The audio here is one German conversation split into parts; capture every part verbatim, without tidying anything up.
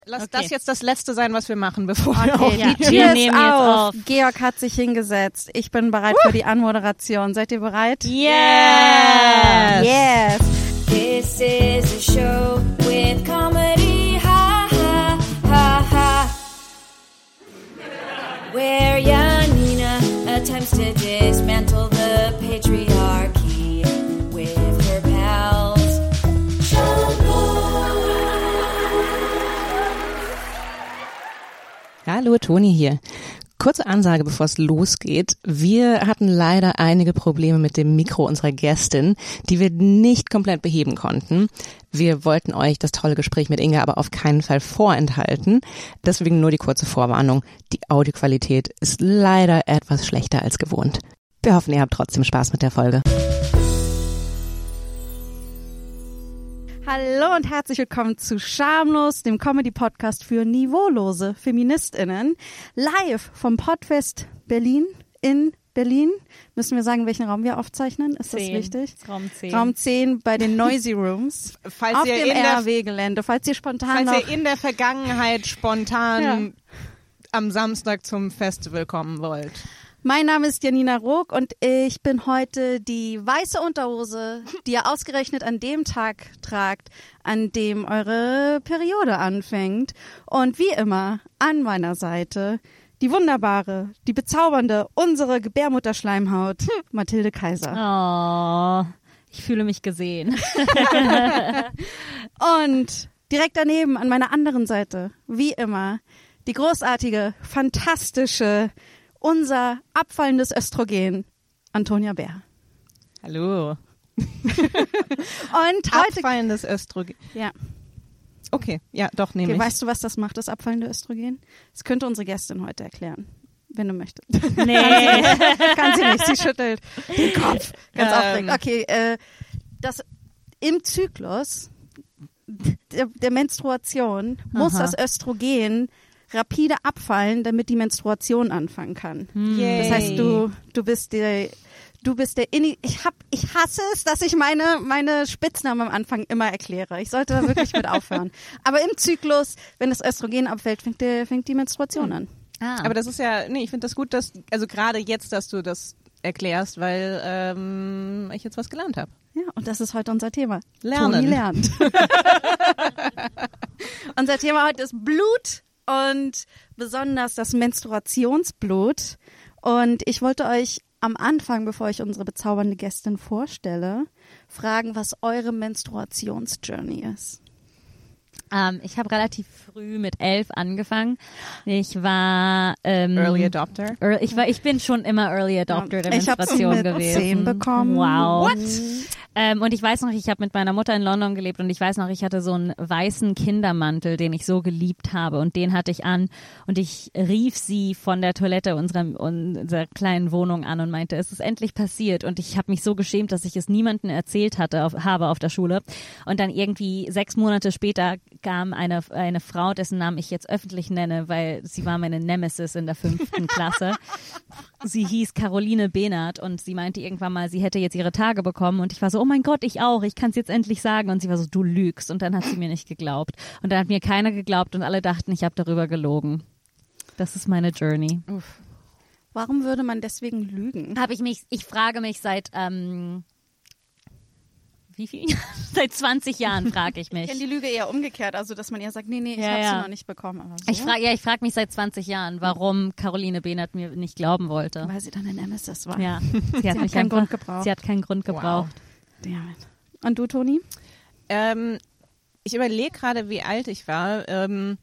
Lass okay. das jetzt das Letzte sein, was wir machen, bevor okay, wir auf ja. die Wir Tür nehmen jetzt auf. Georg hat sich hingesetzt. Ich bin bereit uh. für die Anmoderation. Seid ihr bereit? Yes! Yes! This is a show with comedy, ha ha ha ha. Where Janina attempts to dismantle the patriarchy with her pals. Hallo, Toni hier. Kurze Ansage, bevor es losgeht. Wir hatten leider einige Probleme mit dem Mikro unserer Gästin, die wir nicht komplett beheben konnten. Wir wollten euch das tolle Gespräch mit Inga aber auf keinen Fall vorenthalten. Deswegen nur die kurze Vorwarnung. Die Audioqualität ist leider etwas schlechter als gewohnt. Wir hoffen, ihr habt trotzdem Spaß mit der Folge. Hallo und herzlich willkommen zu Schamlos, dem Comedy-Podcast für niveaulose FeministInnen. Live vom Podfest Berlin in Berlin. Müssen wir sagen, welchen Raum wir aufzeichnen? Ist zehn. Das wichtig? Raum zehn. Raum zehn bei den Noisy Rooms Falls auf ihr dem in der- R A W-Gelände. Falls ihr spontan Falls noch... ihr in der Vergangenheit spontan Ja. am Samstag zum Festival kommen wollt. Mein Name ist Janina Rook und ich bin heute die weiße Unterhose, die ihr ausgerechnet an dem Tag tragt, an dem eure Periode anfängt. Und wie immer an meiner Seite die wunderbare, die bezaubernde, unsere Gebärmutterschleimhaut, Mathilde Kaiser. Oh, ich fühle mich gesehen. Und direkt daneben an meiner anderen Seite, wie immer, die großartige, fantastische, unser abfallendes Östrogen, Antonia Bär. Hallo. Und heute... Abfallendes Östrogen. Ja. Okay, ja, doch, nehme Okay, ich. weißt du, was das macht, das abfallende Östrogen? Das könnte unsere Gästin heute erklären, wenn du möchtest. Nee. Kann sie nicht, sie schüttelt den Kopf. Ganz Ähm. aufregend. Okay, äh, das im Zyklus der, der Menstruation muss Aha. das Östrogen rapide abfallen, damit die Menstruation anfangen kann. Yay. Das heißt, du du bist der du bist der Inni- ich hab ich hasse es, dass ich meine meine Spitznamen am Anfang immer erkläre. Ich sollte da wirklich mit aufhören. Aber im Zyklus, wenn das Östrogen abfällt, fängt der fängt die Menstruation an. Ah. Aber das ist ja, nee, ich finde das gut, dass, also gerade jetzt, dass du das erklärst, weil ähm, ich jetzt was gelernt habe. Ja, und das ist heute unser Thema. Lernen. Toni lernt. Unser Thema heute ist Blut und besonders das Menstruationsblut. Und ich wollte euch am Anfang, bevor ich unsere bezaubernde Gästin vorstelle, fragen, was eure Menstruationsjourney ist. Ähm, ich habe relativ früh mit elf angefangen. Ich war ähm, Early Adopter. ear- ich war, ich bin schon immer Early Adopter der Ich habe sie Menstruation mit gewesen. zehn bekommen. Wow. What? Ähm, und ich weiß noch, ich habe mit meiner Mutter in London gelebt und ich weiß noch, ich hatte so einen weißen Kindermantel, den ich so geliebt habe und den hatte ich an und ich rief sie von der Toilette unserer, unserer kleinen Wohnung an und meinte, es ist endlich passiert und ich habe mich so geschämt, dass ich es niemandem erzählt hatte, auf, habe auf der Schule und dann irgendwie sechs Monate später kam eine, eine Frau, dessen Namen ich jetzt öffentlich nenne, weil sie war meine Nemesis in der fünften Klasse. Sie hieß Caroline Behnert und sie meinte irgendwann mal, sie hätte jetzt ihre Tage bekommen und ich war so, oh mein Gott, ich auch, ich kann es jetzt endlich sagen und sie war so, du lügst und dann hat sie mir nicht geglaubt und dann hat mir keiner geglaubt und alle dachten, ich habe darüber gelogen. Das ist meine Journey. Warum würde man deswegen lügen? Habe ich mich, ich frage mich seit, ähm, wie viel? Seit zwanzig Jahren frage ich Ich mich. kenne die Lüge eher umgekehrt, also dass man eher sagt, nee, nee, ich Ja, habe ja. sie noch nicht bekommen. Aber so, Ich frage, ja, ich frage mich seit zwanzig Jahren, warum Caroline Behnert mir nicht glauben wollte. weil sie dann ein Nemesis war. Ja, sie hat, hat mich keinen einfach, Grund gebraucht. Sie hat keinen Grund gebraucht. Damn it. Und du, Toni? Ähm, ich überlege gerade, wie alt ich war. Ähm,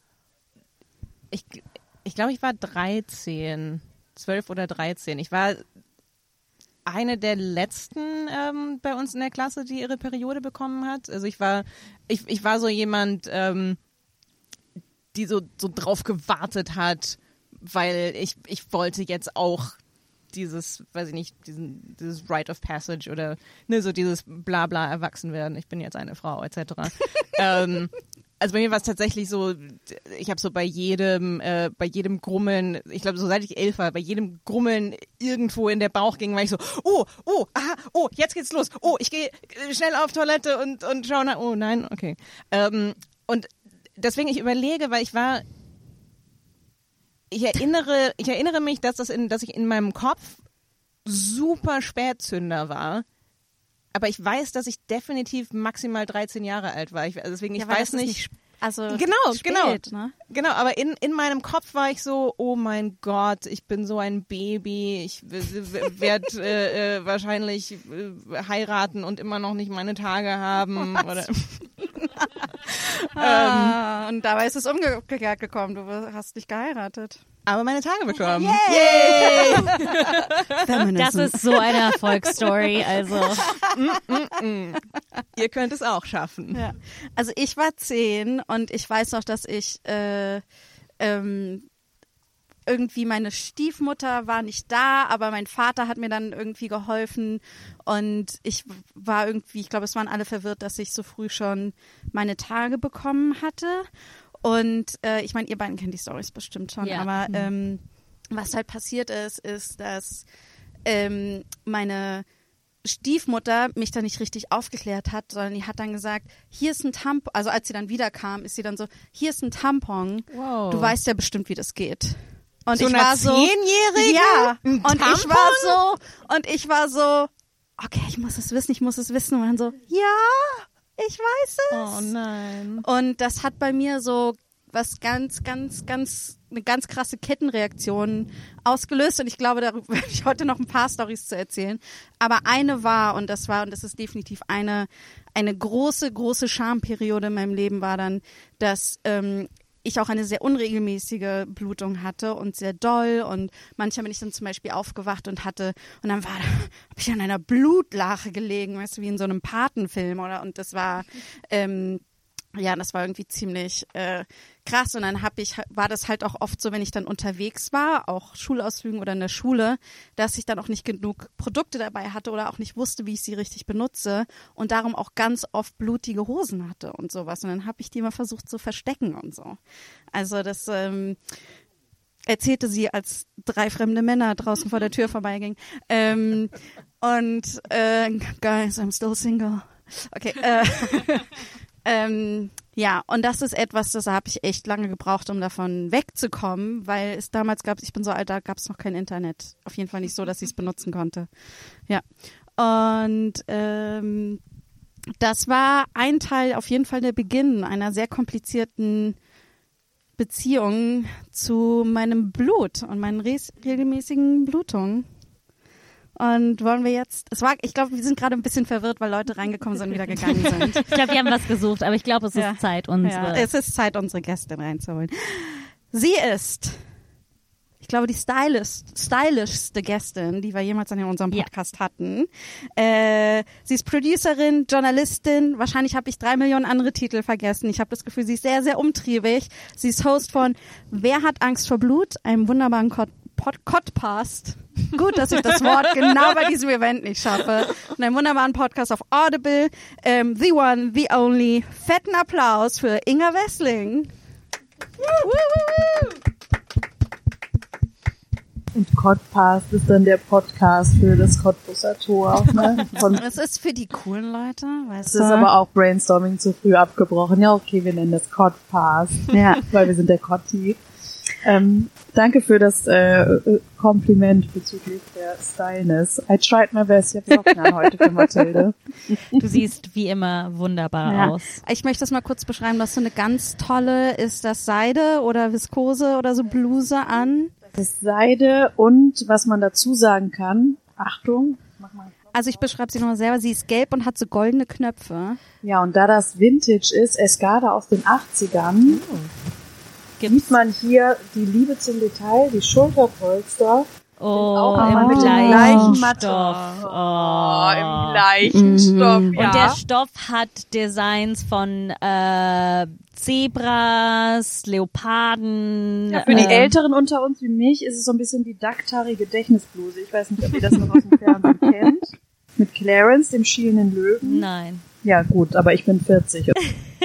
ich ich glaube, ich war dreizehn, zwölf oder dreizehn. Ich war eine der letzten ähm, bei uns in der Klasse, die ihre Periode bekommen hat. Also ich war, ich, ich war so jemand, ähm, die so, so drauf gewartet hat, weil ich, ich wollte jetzt auch dieses, weiß ich nicht, diesen, dieses Rite of Passage oder ne, so dieses Blabla erwachsen werden, ich bin jetzt eine Frau et cetera. ähm, also bei mir war es tatsächlich so, ich habe so bei jedem, äh, bei jedem Grummeln, ich glaube so seit ich elf war, bei jedem Grummeln irgendwo in der Bauch ging, war ich so, oh, oh, aha, oh, jetzt geht's los, oh, ich gehe schnell auf Toilette und und schau nach, oh nein, okay. Ähm, und deswegen ich überlege, weil ich war, ich erinnere, ich erinnere mich, dass das in, dass ich in meinem Kopf super Spätzünder war. Aber ich weiß, dass ich definitiv maximal dreizehn Jahre alt war. Ich, also deswegen, ich Ja, weil weiß das ist nicht. Also Genau, spät, genau. Ne? Genau, aber in, in meinem Kopf war ich so, oh mein Gott, ich bin so ein Baby, ich werde äh, äh, wahrscheinlich äh, heiraten und immer noch nicht meine Tage haben. Oder Ah, und dabei ist es umgekehrt gekommen. Du hast nicht geheiratet. aber meine Tage bekommen. Yay! Das ist so eine Erfolgsstory, also. Ihr könnt es auch schaffen. Ja. Also ich war zehn und ich weiß noch, dass ich äh, ähm, irgendwie meine Stiefmutter war nicht da, aber mein Vater hat mir dann irgendwie geholfen und ich war irgendwie, ich glaube, es waren alle verwirrt, dass ich so früh schon meine Tage bekommen hatte. Und äh, ich meine, ihr beiden kennt die Storys bestimmt schon, Ja. aber ähm, was halt passiert ist, ist, dass ähm, meine Stiefmutter mich da nicht richtig aufgeklärt hat, sondern die hat dann gesagt, hier ist ein Tampon, also als sie dann wiederkam, ist sie dann so, hier ist ein Tampon, Wow. du weißt ja bestimmt, wie das geht. Und So ich einer war so, Zehnjährigen? ja, Ein und ich Tampon? war so, und ich war so, okay, ich muss es wissen, ich muss es wissen. Und dann so, ja, ich weiß es. Oh nein. Und das hat bei mir so was ganz, ganz, ganz, eine ganz krasse Kettenreaktion ausgelöst. Und ich glaube, darüber werde ich heute noch ein paar Storys zu erzählen. Aber eine war, und das war, und das ist definitiv eine, eine große, große Schamperiode in meinem Leben war dann, dass ähm, ich auch eine sehr unregelmäßige Blutung hatte und sehr doll. Und manchmal bin ich dann zum Beispiel aufgewacht und hatte, und dann war, habe ich an einer Blutlache gelegen, weißt du, wie in so einem Patenfilm, oder? Und das war, ähm, ja, das war irgendwie ziemlich äh, krass. Und dann hab ich, war das halt auch oft so, wenn ich dann unterwegs war, auch Schulausflügen oder in der Schule, dass ich dann auch nicht genug Produkte dabei hatte oder auch nicht wusste, wie ich sie richtig benutze und darum auch ganz oft blutige Hosen hatte und sowas. Und dann habe ich die immer versucht zu verstecken und so. Also das ähm, erzählte sie, als drei fremde Männer draußen vor der Tür vorbeigingen. Ähm, und äh, guys, I'm still single. Okay, äh, Ähm, ja, und das ist etwas, das habe ich echt lange gebraucht, um davon wegzukommen, weil es damals gab, ich bin so alt, da gab es noch kein Internet. Auf jeden Fall nicht so, dass ich es benutzen konnte. Ja, und ähm, das war ein Teil, auf jeden Fall der Beginn einer sehr komplizierten Beziehung zu meinem Blut und meinen re- regelmäßigen Blutungen. Und wollen wir jetzt, es war, ich glaube, wir sind gerade ein bisschen verwirrt, weil Leute reingekommen sind und wieder gegangen sind. Ich glaube, wir haben was gesucht, aber ich glaube, es ist Ja. Zeit, unsere. Ja, es ist Zeit, unsere Gästin reinzuholen. Sie ist, ich glaube, die stylist, stylischste Gästin, die wir jemals in unserem Ja. Podcast hatten. Äh, sie ist Producerin, Journalistin. Wahrscheinlich habe ich drei Millionen andere Titel vergessen. Ich habe das Gefühl, sie ist sehr, sehr umtriebig. Sie ist Host von Wer hat Angst vor Blut? Einem wunderbaren Pod- Pod- Podcast. Gut, dass ich das Wort genau bei diesem Event nicht schaffe. Und einen wunderbaren Podcast auf Audible. Ähm, the one, the only. Fetten Applaus für Inga Wessling. Woo, woo, woo. Und Cottcast ist dann der Podcast für das Cottbusser Tor. Ne? Von, Das ist für die coolen Leute, weißt das du. ist aber auch Brainstorming zu früh abgebrochen. Ja, okay, wir nennen das Cottcast, Ja. weil wir sind der Cotti. Ähm, danke für das äh, Kompliment bezüglich der Stylness. I tried my best. Ich habe Socken an heute für Mathilde. Du siehst wie immer wunderbar Ja. aus. Ich möchte das mal kurz beschreiben. Du hast so eine ganz tolle, ist das Seide oder Viskose oder so Bluse an? Das ist Seide und was man dazu sagen kann, Achtung, mach mal. Also ich beschreibe sie nochmal selber. Sie ist gelb und hat so goldene Knöpfe. Ja, und da das Vintage ist, Escada aus den achtzigern, sieht man hier die Liebe zum Detail, die Schulterpolster. Oh, auch im immer mit dem gleichen gleichen Matte. Stoff. Oh, Oh. im gleichen Stoff, ja. Und der Stoff hat Designs von äh, Zebras, Leoparden. Ja, für die ähm, Älteren unter uns wie mich ist es so ein bisschen die Daktari Gedächtnisbluse. Ich weiß nicht, ob ihr das noch aus dem Fernsehen kennt. Mit Clarence, dem schielenden Löwen. Nein. Ja, gut, aber ich bin vierzig.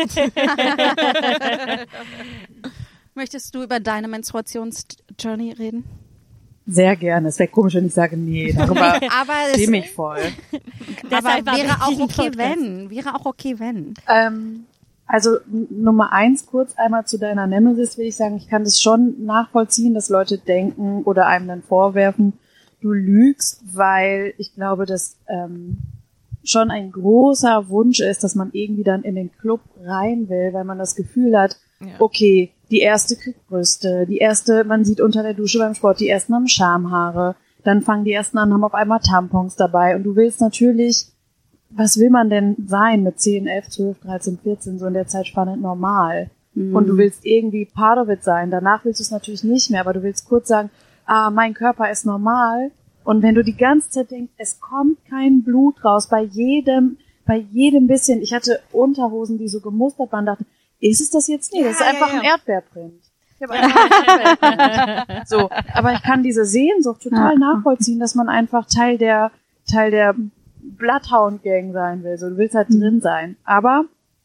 Möchtest du über deine Menstruationsjourney reden? Sehr gerne. Es wäre komisch, wenn ich sage, nee, darüber Aber stimme es ich voll. aber Deshalb war wäre ich auch diesen okay, Podcast. wenn. Wäre auch okay, wenn. Ähm, Also n- Nummer eins, kurz einmal zu deiner Nemesis will ich sagen, ich kann das schon nachvollziehen, dass Leute denken oder einem dann vorwerfen, du lügst, weil ich glaube, dass ähm, schon ein großer Wunsch ist, dass man irgendwie dann in den Club rein will, weil man das Gefühl hat, Ja. okay, die erste kriegt Brüste, die erste, man sieht unter der Dusche beim Sport, die ersten haben Schamhaare, dann fangen die ersten an, haben auf einmal Tampons dabei und du willst natürlich, was will man denn sein mit zehn, elf, zwölf, dreizehn, vierzehn, so in der Zeitspanne normal? Mhm. Und du willst irgendwie part of it sein, danach willst du es natürlich nicht mehr, aber du willst kurz sagen, ah, mein Körper ist normal. Und wenn du die ganze Zeit denkst, es kommt kein Blut raus, bei jedem, bei jedem bisschen, ich hatte Unterhosen, die so gemustert waren, dachte, ist es das jetzt? Nee, das ist Ja, einfach ja, ja. ein Erdbeerprint. Ich habe einfach einen Erdbeerprint. So, aber ich kann diese Sehnsucht total Ja. nachvollziehen, dass man einfach Teil der, Teil der Bloodhound-Gang sein will. So, du willst halt Mhm. drin sein. Aber,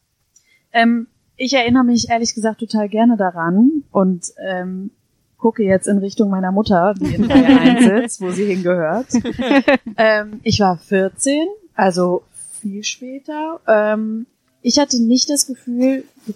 ähm, ich erinnere mich ehrlich gesagt total gerne daran und, ähm, gucke jetzt in Richtung meiner Mutter, die in Reihe eins sitzt, wo sie hingehört. ähm, ich war vierzehn, also viel später. Ähm, ich hatte nicht das Gefühl, ich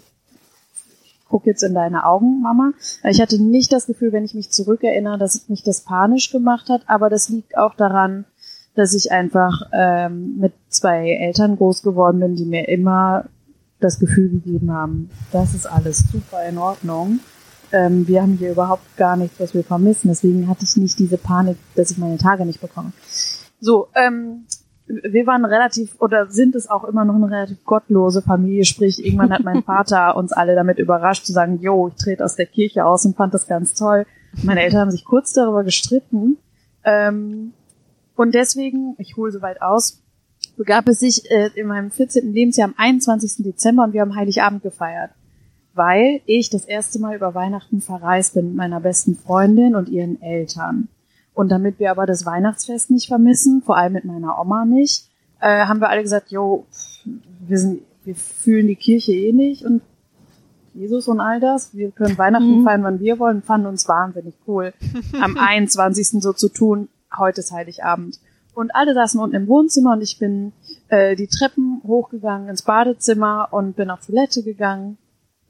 guck jetzt in deine Augen, Mama, ich hatte nicht das Gefühl, wenn ich mich zurückerinnere, dass mich das panisch gemacht hat, aber das liegt auch daran, dass ich einfach ähm, mit zwei Eltern groß geworden bin, die mir immer das Gefühl gegeben haben, das ist alles super in Ordnung. Ähm, wir haben hier überhaupt gar nichts, was wir vermissen. Deswegen hatte ich nicht diese Panik, dass ich meine Tage nicht bekomme. So, ähm, wir waren relativ, oder sind es auch immer noch eine relativ gottlose Familie. Sprich, irgendwann hat mein Vater uns alle damit überrascht, zu sagen, jo, ich trete aus der Kirche aus und fand das ganz toll. Meine Eltern haben sich kurz darüber gestritten. Ähm, und deswegen, ich hole so weit aus, begab es sich äh, in meinem vierzehnten Lebensjahr am einundzwanzigsten Dezember und wir haben Heiligabend gefeiert. Weil ich das erste Mal über Weihnachten verreist bin mit meiner besten Freundin und ihren Eltern. Und damit wir aber das Weihnachtsfest nicht vermissen, vor allem mit meiner Oma nicht, äh, haben wir alle gesagt, jo, wir sind, wir fühlen die Kirche eh nicht und Jesus und all das. Wir können Weihnachten Mhm. feiern, wann wir wollen, fanden uns wahnsinnig cool, am einundzwanzigsten so zu tun, heute ist Heiligabend. Und alle saßen unten im Wohnzimmer und ich bin äh, die Treppen hochgegangen ins Badezimmer und bin auf Toilette gegangen.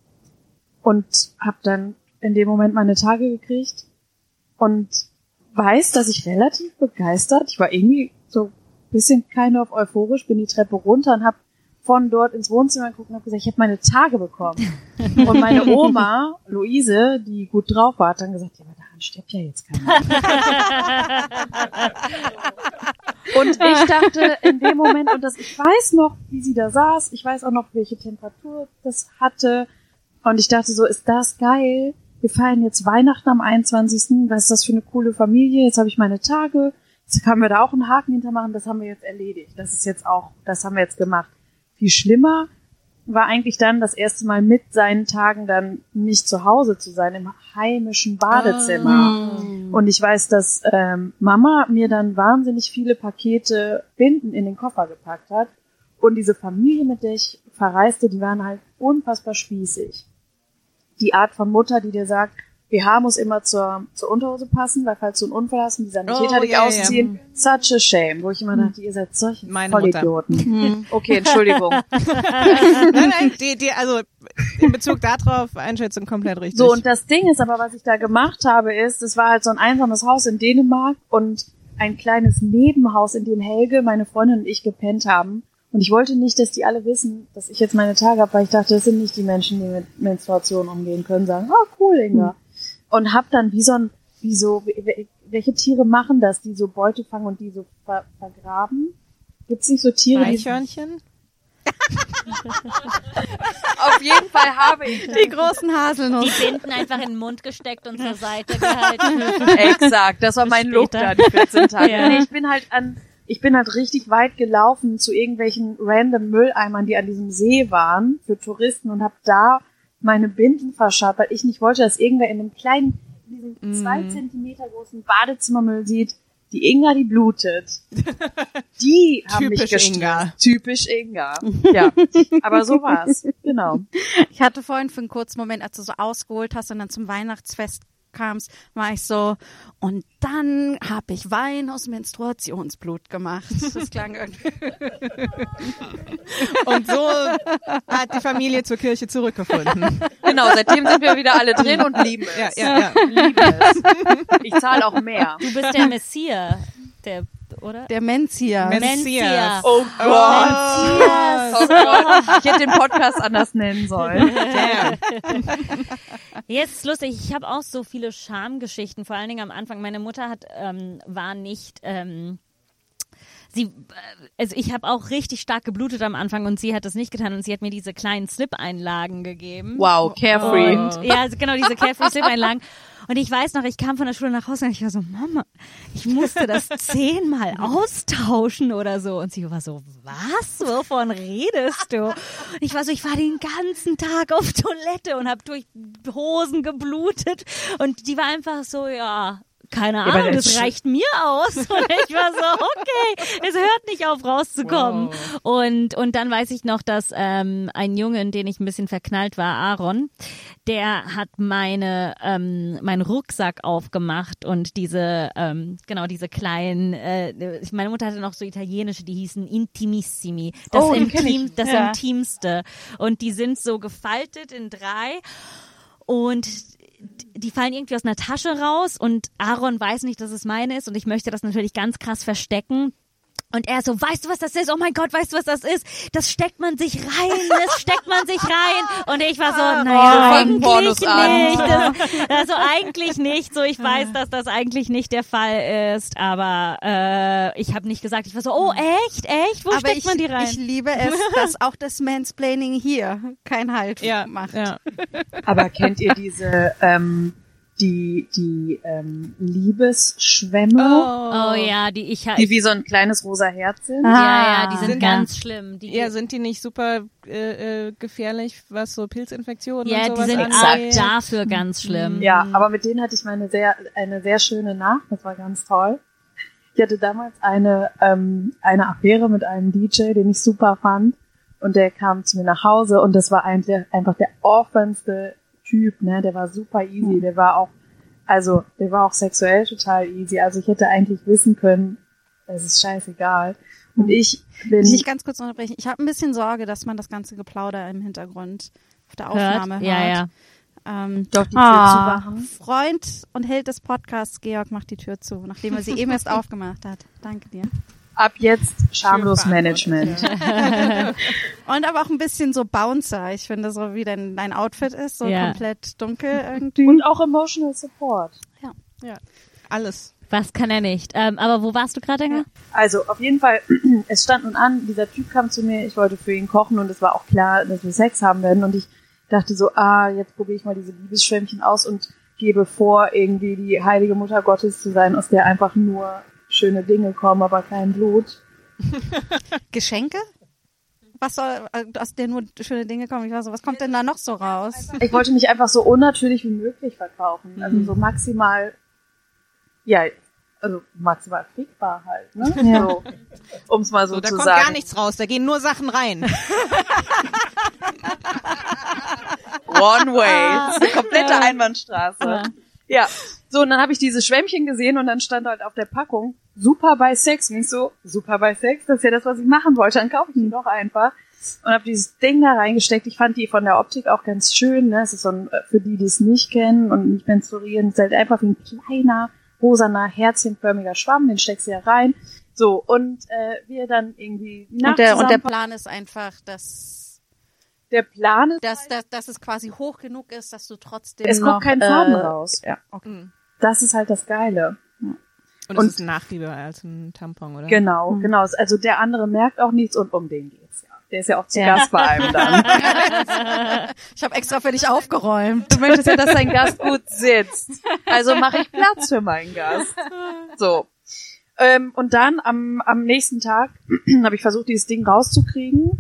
Und habe dann in dem Moment meine Tage gekriegt und weiß, dass ich relativ begeistert, ich war irgendwie so ein bisschen kind of euphorisch, bin die Treppe runter und habe von dort ins Wohnzimmer geguckt und habe gesagt, ich habe meine Tage bekommen. Und meine Oma, Luise, die gut drauf war, hat dann gesagt, ja, aber daran stirbt ja jetzt keiner. Und ich dachte in dem Moment, und das, ich weiß noch, wie sie da saß, ich weiß auch noch, welche Temperatur das hatte, und ich dachte so, ist das geil? Wir feiern jetzt Weihnachten am einundzwanzigsten Was ist das für eine coole Familie? Jetzt habe ich meine Tage. Jetzt können wir da auch einen Haken hintermachen. Das haben wir jetzt erledigt. Das ist jetzt auch, das haben wir jetzt gemacht. Viel schlimmer war eigentlich dann das erste Mal mit seinen Tagen dann nicht zu Hause zu sein, im heimischen Badezimmer. Oh. Und ich weiß, dass ähm, Mama mir dann wahnsinnig viele Pakete Binden in den Koffer gepackt hat. Und diese Familie, mit der ich verreiste, die waren halt unfassbar spießig. Die Art von Mutter, die dir sagt, B H muss immer zur, zur Unterhose passen, weil falls du einen Unfall hast und die Sanitäter Oh, dich ja, ausziehen, such a shame, wo ich immer dachte, ihr seid solche Meine Vollidioten. Okay, Entschuldigung. nein, nein, die, die, also in Bezug darauf Einschätzung komplett richtig. So, und das Ding ist aber, was ich da gemacht habe, ist, es war halt so ein einsames Haus in Dänemark und ein kleines Nebenhaus, in dem Helge, meine Freundin und ich gepennt haben. Und ich wollte nicht, dass die alle wissen, dass ich jetzt meine Tage habe, weil ich dachte, das sind nicht die Menschen, die mit Menstruation umgehen können, sagen, oh cool, Inga. Und hab dann wie so ein, wie so, welche Tiere machen das, die so Beute fangen und die so ver, vergraben? Gibt's nicht so Tiere, die... Eichhörnchen? Auf jeden Fall habe ich Die großen Haselnuss. Die Binden einfach in den Mund gesteckt und zur Seite gehalten. Exakt, das war mein Look Später. da, die vierzehn Tage. Ja. Nee, ich bin halt an, ich bin halt richtig weit gelaufen zu irgendwelchen random Mülleimern, die an diesem See waren, für Touristen und habe da meine Binden verscharrt, weil ich nicht wollte, dass irgendwer in einem kleinen, in diesem zwei Zentimeter großen Badezimmermüll sieht, die Inga, die blutet. Die haben mich Typisch gestresst. Inga. Typisch Inga. Ja, aber so war's. Genau. Ich hatte vorhin für einen kurzen Moment, als du so ausgeholt hast und dann zum Weihnachtsfest kamst, war ich so, und dann habe ich Wein aus Menstruationsblut gemacht. Das klang irgendwie. Und so hat die Familie zur Kirche zurückgefunden. Genau, seitdem sind wir wieder alle drin und lieben es. Ja, ja, ja. Lieben es. Ich zahle auch mehr. Du bist der Messias, der, oder? Der Menzier. Menzias. Oh Gott. Menzias. Oh Gott. Ich hätte den Podcast anders nennen sollen. Damn. Jetzt ist lustig, ich habe auch so viele Schamgeschichten, vor allen Dingen am Anfang. Meine Mutter hat ähm, war nicht... Ähm, Sie, also ich habe auch richtig stark geblutet am Anfang und sie hat das nicht getan und sie hat mir diese kleinen Slip-Einlagen gegeben. Wow, carefree. Und, ja, also genau, diese carefree Slip-Einlagen. Und ich weiß noch, ich kam von der Schule nach Hause und ich war so, Mama, ich musste das zehnmal austauschen oder so. Und sie war so, was? Wovon redest du? Und ich war so, ich war den ganzen Tag auf Toilette und habe durch Hosen geblutet. Und die war einfach so, ja... Keine aber Ahnung, das das sch- reicht mir aus. Und ich war so, okay, es hört nicht auf rauszukommen. Wow. Und und dann weiß ich noch, dass ähm, ein Junge, in den ich ein bisschen verknallt war, Aaron, der hat meine ähm, meinen Rucksack aufgemacht und diese ähm, genau diese kleinen, äh, meine Mutter hatte noch so italienische, die hießen Intimissimi, das Oh, die kenn ich. Intim, das Ja. Intimste. Und die sind so gefaltet in drei und die fallen irgendwie aus einer Tasche raus und Aaron weiß nicht, dass es meine ist und ich möchte das natürlich ganz krass verstecken. Und er so, weißt du, was das ist? Oh mein Gott, weißt du, was das ist? Das steckt man sich rein, das steckt man sich rein. Und ich war so, naja, Oh, eigentlich Pornos an. nicht. Das, also eigentlich nicht. So, ich weiß, dass das eigentlich nicht der Fall ist, aber äh, ich habe nicht gesagt. Ich war so, oh echt, echt? Wo Aber steckt ich, man die rein? ich liebe es, dass auch das Mansplaining hier kein Halt Ja, macht. ja. Aber kennt ihr diese, ähm, die, die ähm, Liebesschwämme, oh ja, die ich die wie so ein kleines rosa Herz sind? ja, ja, die sind Sind- ganz schlimm. Die, Ja, sind die nicht super äh, äh, gefährlich, was so Pilzinfektionen ja, und die sowas sind angeht? auch dafür ganz schlimm. Ja, aber mit denen hatte ich meine sehr, eine sehr schöne Nacht. Das war ganz toll. Ich hatte damals eine, ähm, eine Affäre mit einem D J, den ich super fand. Und der kam zu mir nach Hause und das war einfach, einfach der offenste Typ, ne? Der war super easy. Der war auch, also, der war auch sexuell total easy. Also ich hätte eigentlich wissen können, es ist scheißegal. Und ich bin, Will ich ganz kurz unterbrechen? Ich habe ein bisschen Sorge, dass man das ganze Geplauder im Hintergrund auf der Aufnahme hört. Ja, ja. Ähm, doch die Tür ah, zumachen. Freund und Held des Podcasts, Georg, macht die Tür zu, nachdem er sie eben erst aufgemacht hat. Danke dir. Ab jetzt schamlos Management. Und aber auch ein bisschen so Bouncer. Ich finde, so wie dein, dein Outfit ist, so Ja. komplett dunkel irgendwie. Und auch emotional support. Alles. Was kann er nicht? Ähm, aber wo warst du gerade, Inga? Also auf jeden Fall, es stand nun an, dieser Typ kam zu mir, ich wollte für ihn kochen und es war auch klar, dass wir Sex haben werden und ich dachte so, ah, jetzt probiere ich mal diese Liebesschwämmchen aus und gebe vor, irgendwie die heilige Mutter Gottes zu sein, aus der einfach nur schöne Dinge kommen, aber kein Blut. Geschenke? Was soll, äh, aus der nur schöne Dinge kommen? Ich weiß so, was kommt denn da noch so raus? Ich wollte mich einfach so unnatürlich wie möglich verkaufen, also so maximal, ja, also maximal fickbar halt, ne? So, um es mal so, So, da zu kommt sagen. gar nichts raus, da gehen nur Sachen rein. One way. Das ist eine komplette Einbahnstraße. Ja. So, und dann habe ich diese Schwämmchen gesehen und dann stand halt auf der Packung, super bei Sex. Und ich so, super bei Sex, das ist ja das, was ich machen wollte. Dann kaufe ich die doch einfach. Und habe dieses Ding da reingesteckt. Ich fand die von der Optik auch ganz schön. Ne? Es ist so ein, für die, die es nicht kennen und nicht menstruieren, es ist halt einfach wie ein kleiner, rosaner, herzchenförmiger Schwamm. Den steckst du ja rein. So, und äh, wir dann irgendwie nach Und der, und der zusammen- Plan ist einfach, dass, der Plan ist, dass, dass, dass es quasi hoch genug ist, dass du trotzdem es noch, kommt kein Faden äh, raus. Ja, okay. Das ist halt das Geile. Und, Und- es ist nachgiebiger als ein Tampon, oder? Genau, genau. Also der andere merkt auch nichts und um den geht's ja. Der ist ja auch zu Gast bei einem dann. Ich habe extra für dich aufgeräumt. Du möchtest ja, dass dein Gast gut sitzt. Also mache ich Platz für meinen Gast. So. Ähm, und dann am, am nächsten Tag habe ich versucht, dieses Ding rauszukriegen,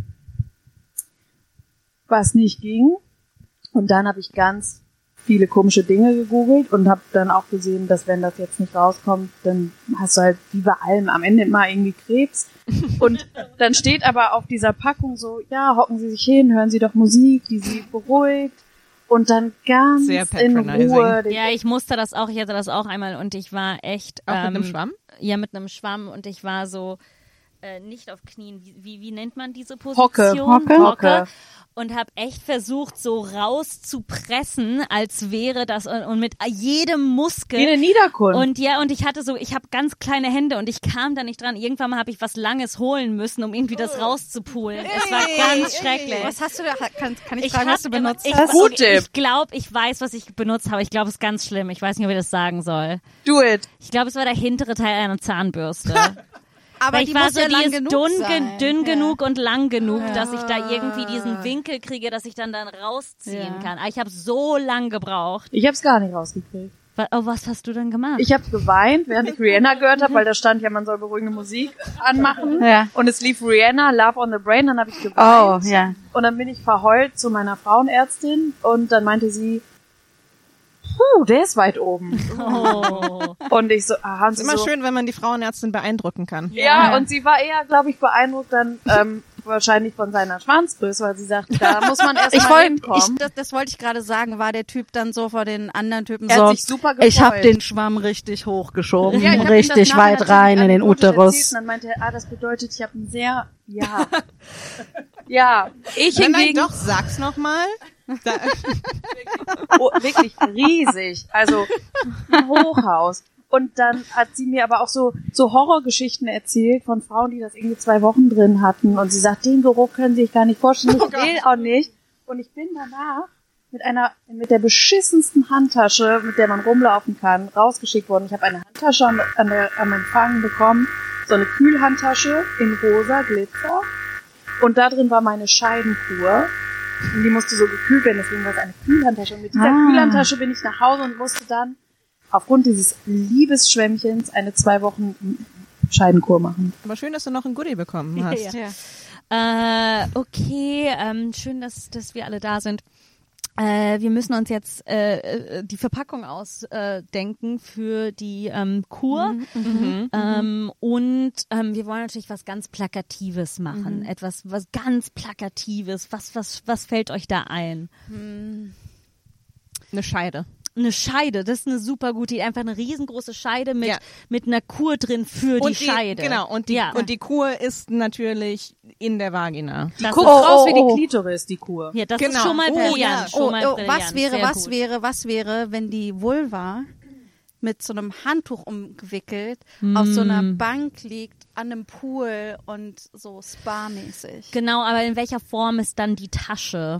was nicht ging. Und dann habe ich ganz viele komische Dinge gegoogelt und habe dann auch gesehen, dass wenn das jetzt nicht rauskommt, dann hast du halt wie bei allem am Ende immer irgendwie Krebs. Und dann steht aber auf dieser Packung so, ja, hocken Sie sich hin, hören Sie doch Musik, die Sie beruhigt. und dann ganz Sehr in patronizing. Ruhe. den- Ja, ich musste das auch, ich hatte das auch einmal und ich war echt... Auch ähm, mit einem Schwamm? Ja, mit einem Schwamm und ich war so äh, nicht auf Knien. Wie, wie, wie nennt man diese Hocke. Position? Hocke. Hocke. Und habe echt versucht, so rauszupressen, als wäre das und, und mit jedem Muskel. Wie eine Niederkunft. Und ja, und ich hatte so, ich habe ganz kleine Hände und ich kam da nicht dran. Irgendwann mal habe ich was Langes holen müssen, um irgendwie das rauszupulen. Es war ganz schrecklich. Was hast du da? Kann, kann ich, Ich fragen, hab was du immer- benutzt ich, hast? Gut, Ich, Tipp. ich glaube, ich weiß, was ich benutzt habe. Ich glaube, es ist ganz schlimm. Ich weiß nicht, ob ich das sagen soll. Do it. Ich glaube, es war der hintere Teil einer Zahnbürste. Aber Weil die ich war muss so, ja die lang ist genug dünn, sein. ge- dünn Ja. genug und lang genug, dass ich da irgendwie diesen Winkel kriege, dass ich dann dann rausziehen Ja. kann. Aber ich habe so lang gebraucht. Ich hab's gar nicht rausgekriegt. Wa- Oh, was hast du denn gemacht? Ich habe geweint, während ich Rihanna gehört habe, weil da stand ja, man soll beruhigende Musik anmachen. Ja. Und es lief Rihanna, Love on the Brain, dann habe ich Oh, geweint. ja. Und dann bin ich verheult zu meiner Frauenärztin und dann meinte sie, puh, der ist weit oben. oh. Und ich so, ah, haben Ist sie immer so, schön, wenn man die Frauenärztin beeindrucken kann. Ja, und sie war eher, glaube ich, beeindruckt dann ähm, wahrscheinlich von seiner Schwanzgröße, weil sie sagt, da muss man erst Ich mal wollte, hinkommen. ich, das, das wollte ich gerade sagen, war der Typ dann so vor den anderen Typen Er so, hat sich super gefreut. ich habe den Schwamm richtig hochgeschoben, Ja, ich hab ihm richtig das nachher weit natürlich rein in den anekdotisch erzählt Uterus. Und dann meinte er, ah, das bedeutet, ich habe einen sehr, ja, ja, ich Nein, nein, hingegen, doch, sag's nochmal. Da, oh, wirklich riesig, also ein Hochhaus. Und dann hat sie mir aber auch so so Horrorgeschichten erzählt von Frauen, die das irgendwie zwei Wochen drin hatten. Und sie sagt, den Geruch können Sie sich gar nicht vorstellen. Ich will auch nicht. Und ich bin danach mit einer mit der beschissensten Handtasche, mit der man rumlaufen kann, rausgeschickt worden. Ich habe eine Handtasche an, an der, am Empfang bekommen, so eine Kühlhandtasche in rosa Glitzer. Und da drin war meine Scheidenkur. Und die musste so gekühlt werden, deswegen war es eine Kühlhandtasche. Und mit dieser Ah. Kühlhandtasche bin ich nach Hause und musste dann aufgrund dieses Liebesschwämmchens eine zwei Wochen Scheidenkur machen. aber schön, dass du noch ein Goodie bekommen hast. Ja. Äh, okay, ähm, schön, dass, dass wir alle da sind. Äh, wir müssen uns jetzt äh, äh, die Verpackung ausdenken für die ähm, Kur. Mhm. Ähm, und ähm, wir wollen natürlich was ganz Plakatives machen. Etwas, was ganz Plakatives. Was, was, was fällt euch da ein? Eine Scheide. Eine Scheide, das ist eine super gute Idee. Einfach eine riesengroße Scheide mit, Ja. mit einer Kur drin für Und die Scheide. Genau, und die, ja. und die Kur ist natürlich in der Vagina. das Guckt ist, raus oh, wie oh. die Klitoris, die Kur. ja, das Genau. ist schon mal Oh, brillant. ja. Schon Oh, mal oh, brillant. was wäre, Sehr was gut. wäre, was wäre, wenn die Vulva mit so einem Handtuch umgewickelt auf so einer Bank liegt an einem Pool und so spa-mäßig Genau, aber in welcher Form ist dann die Tasche?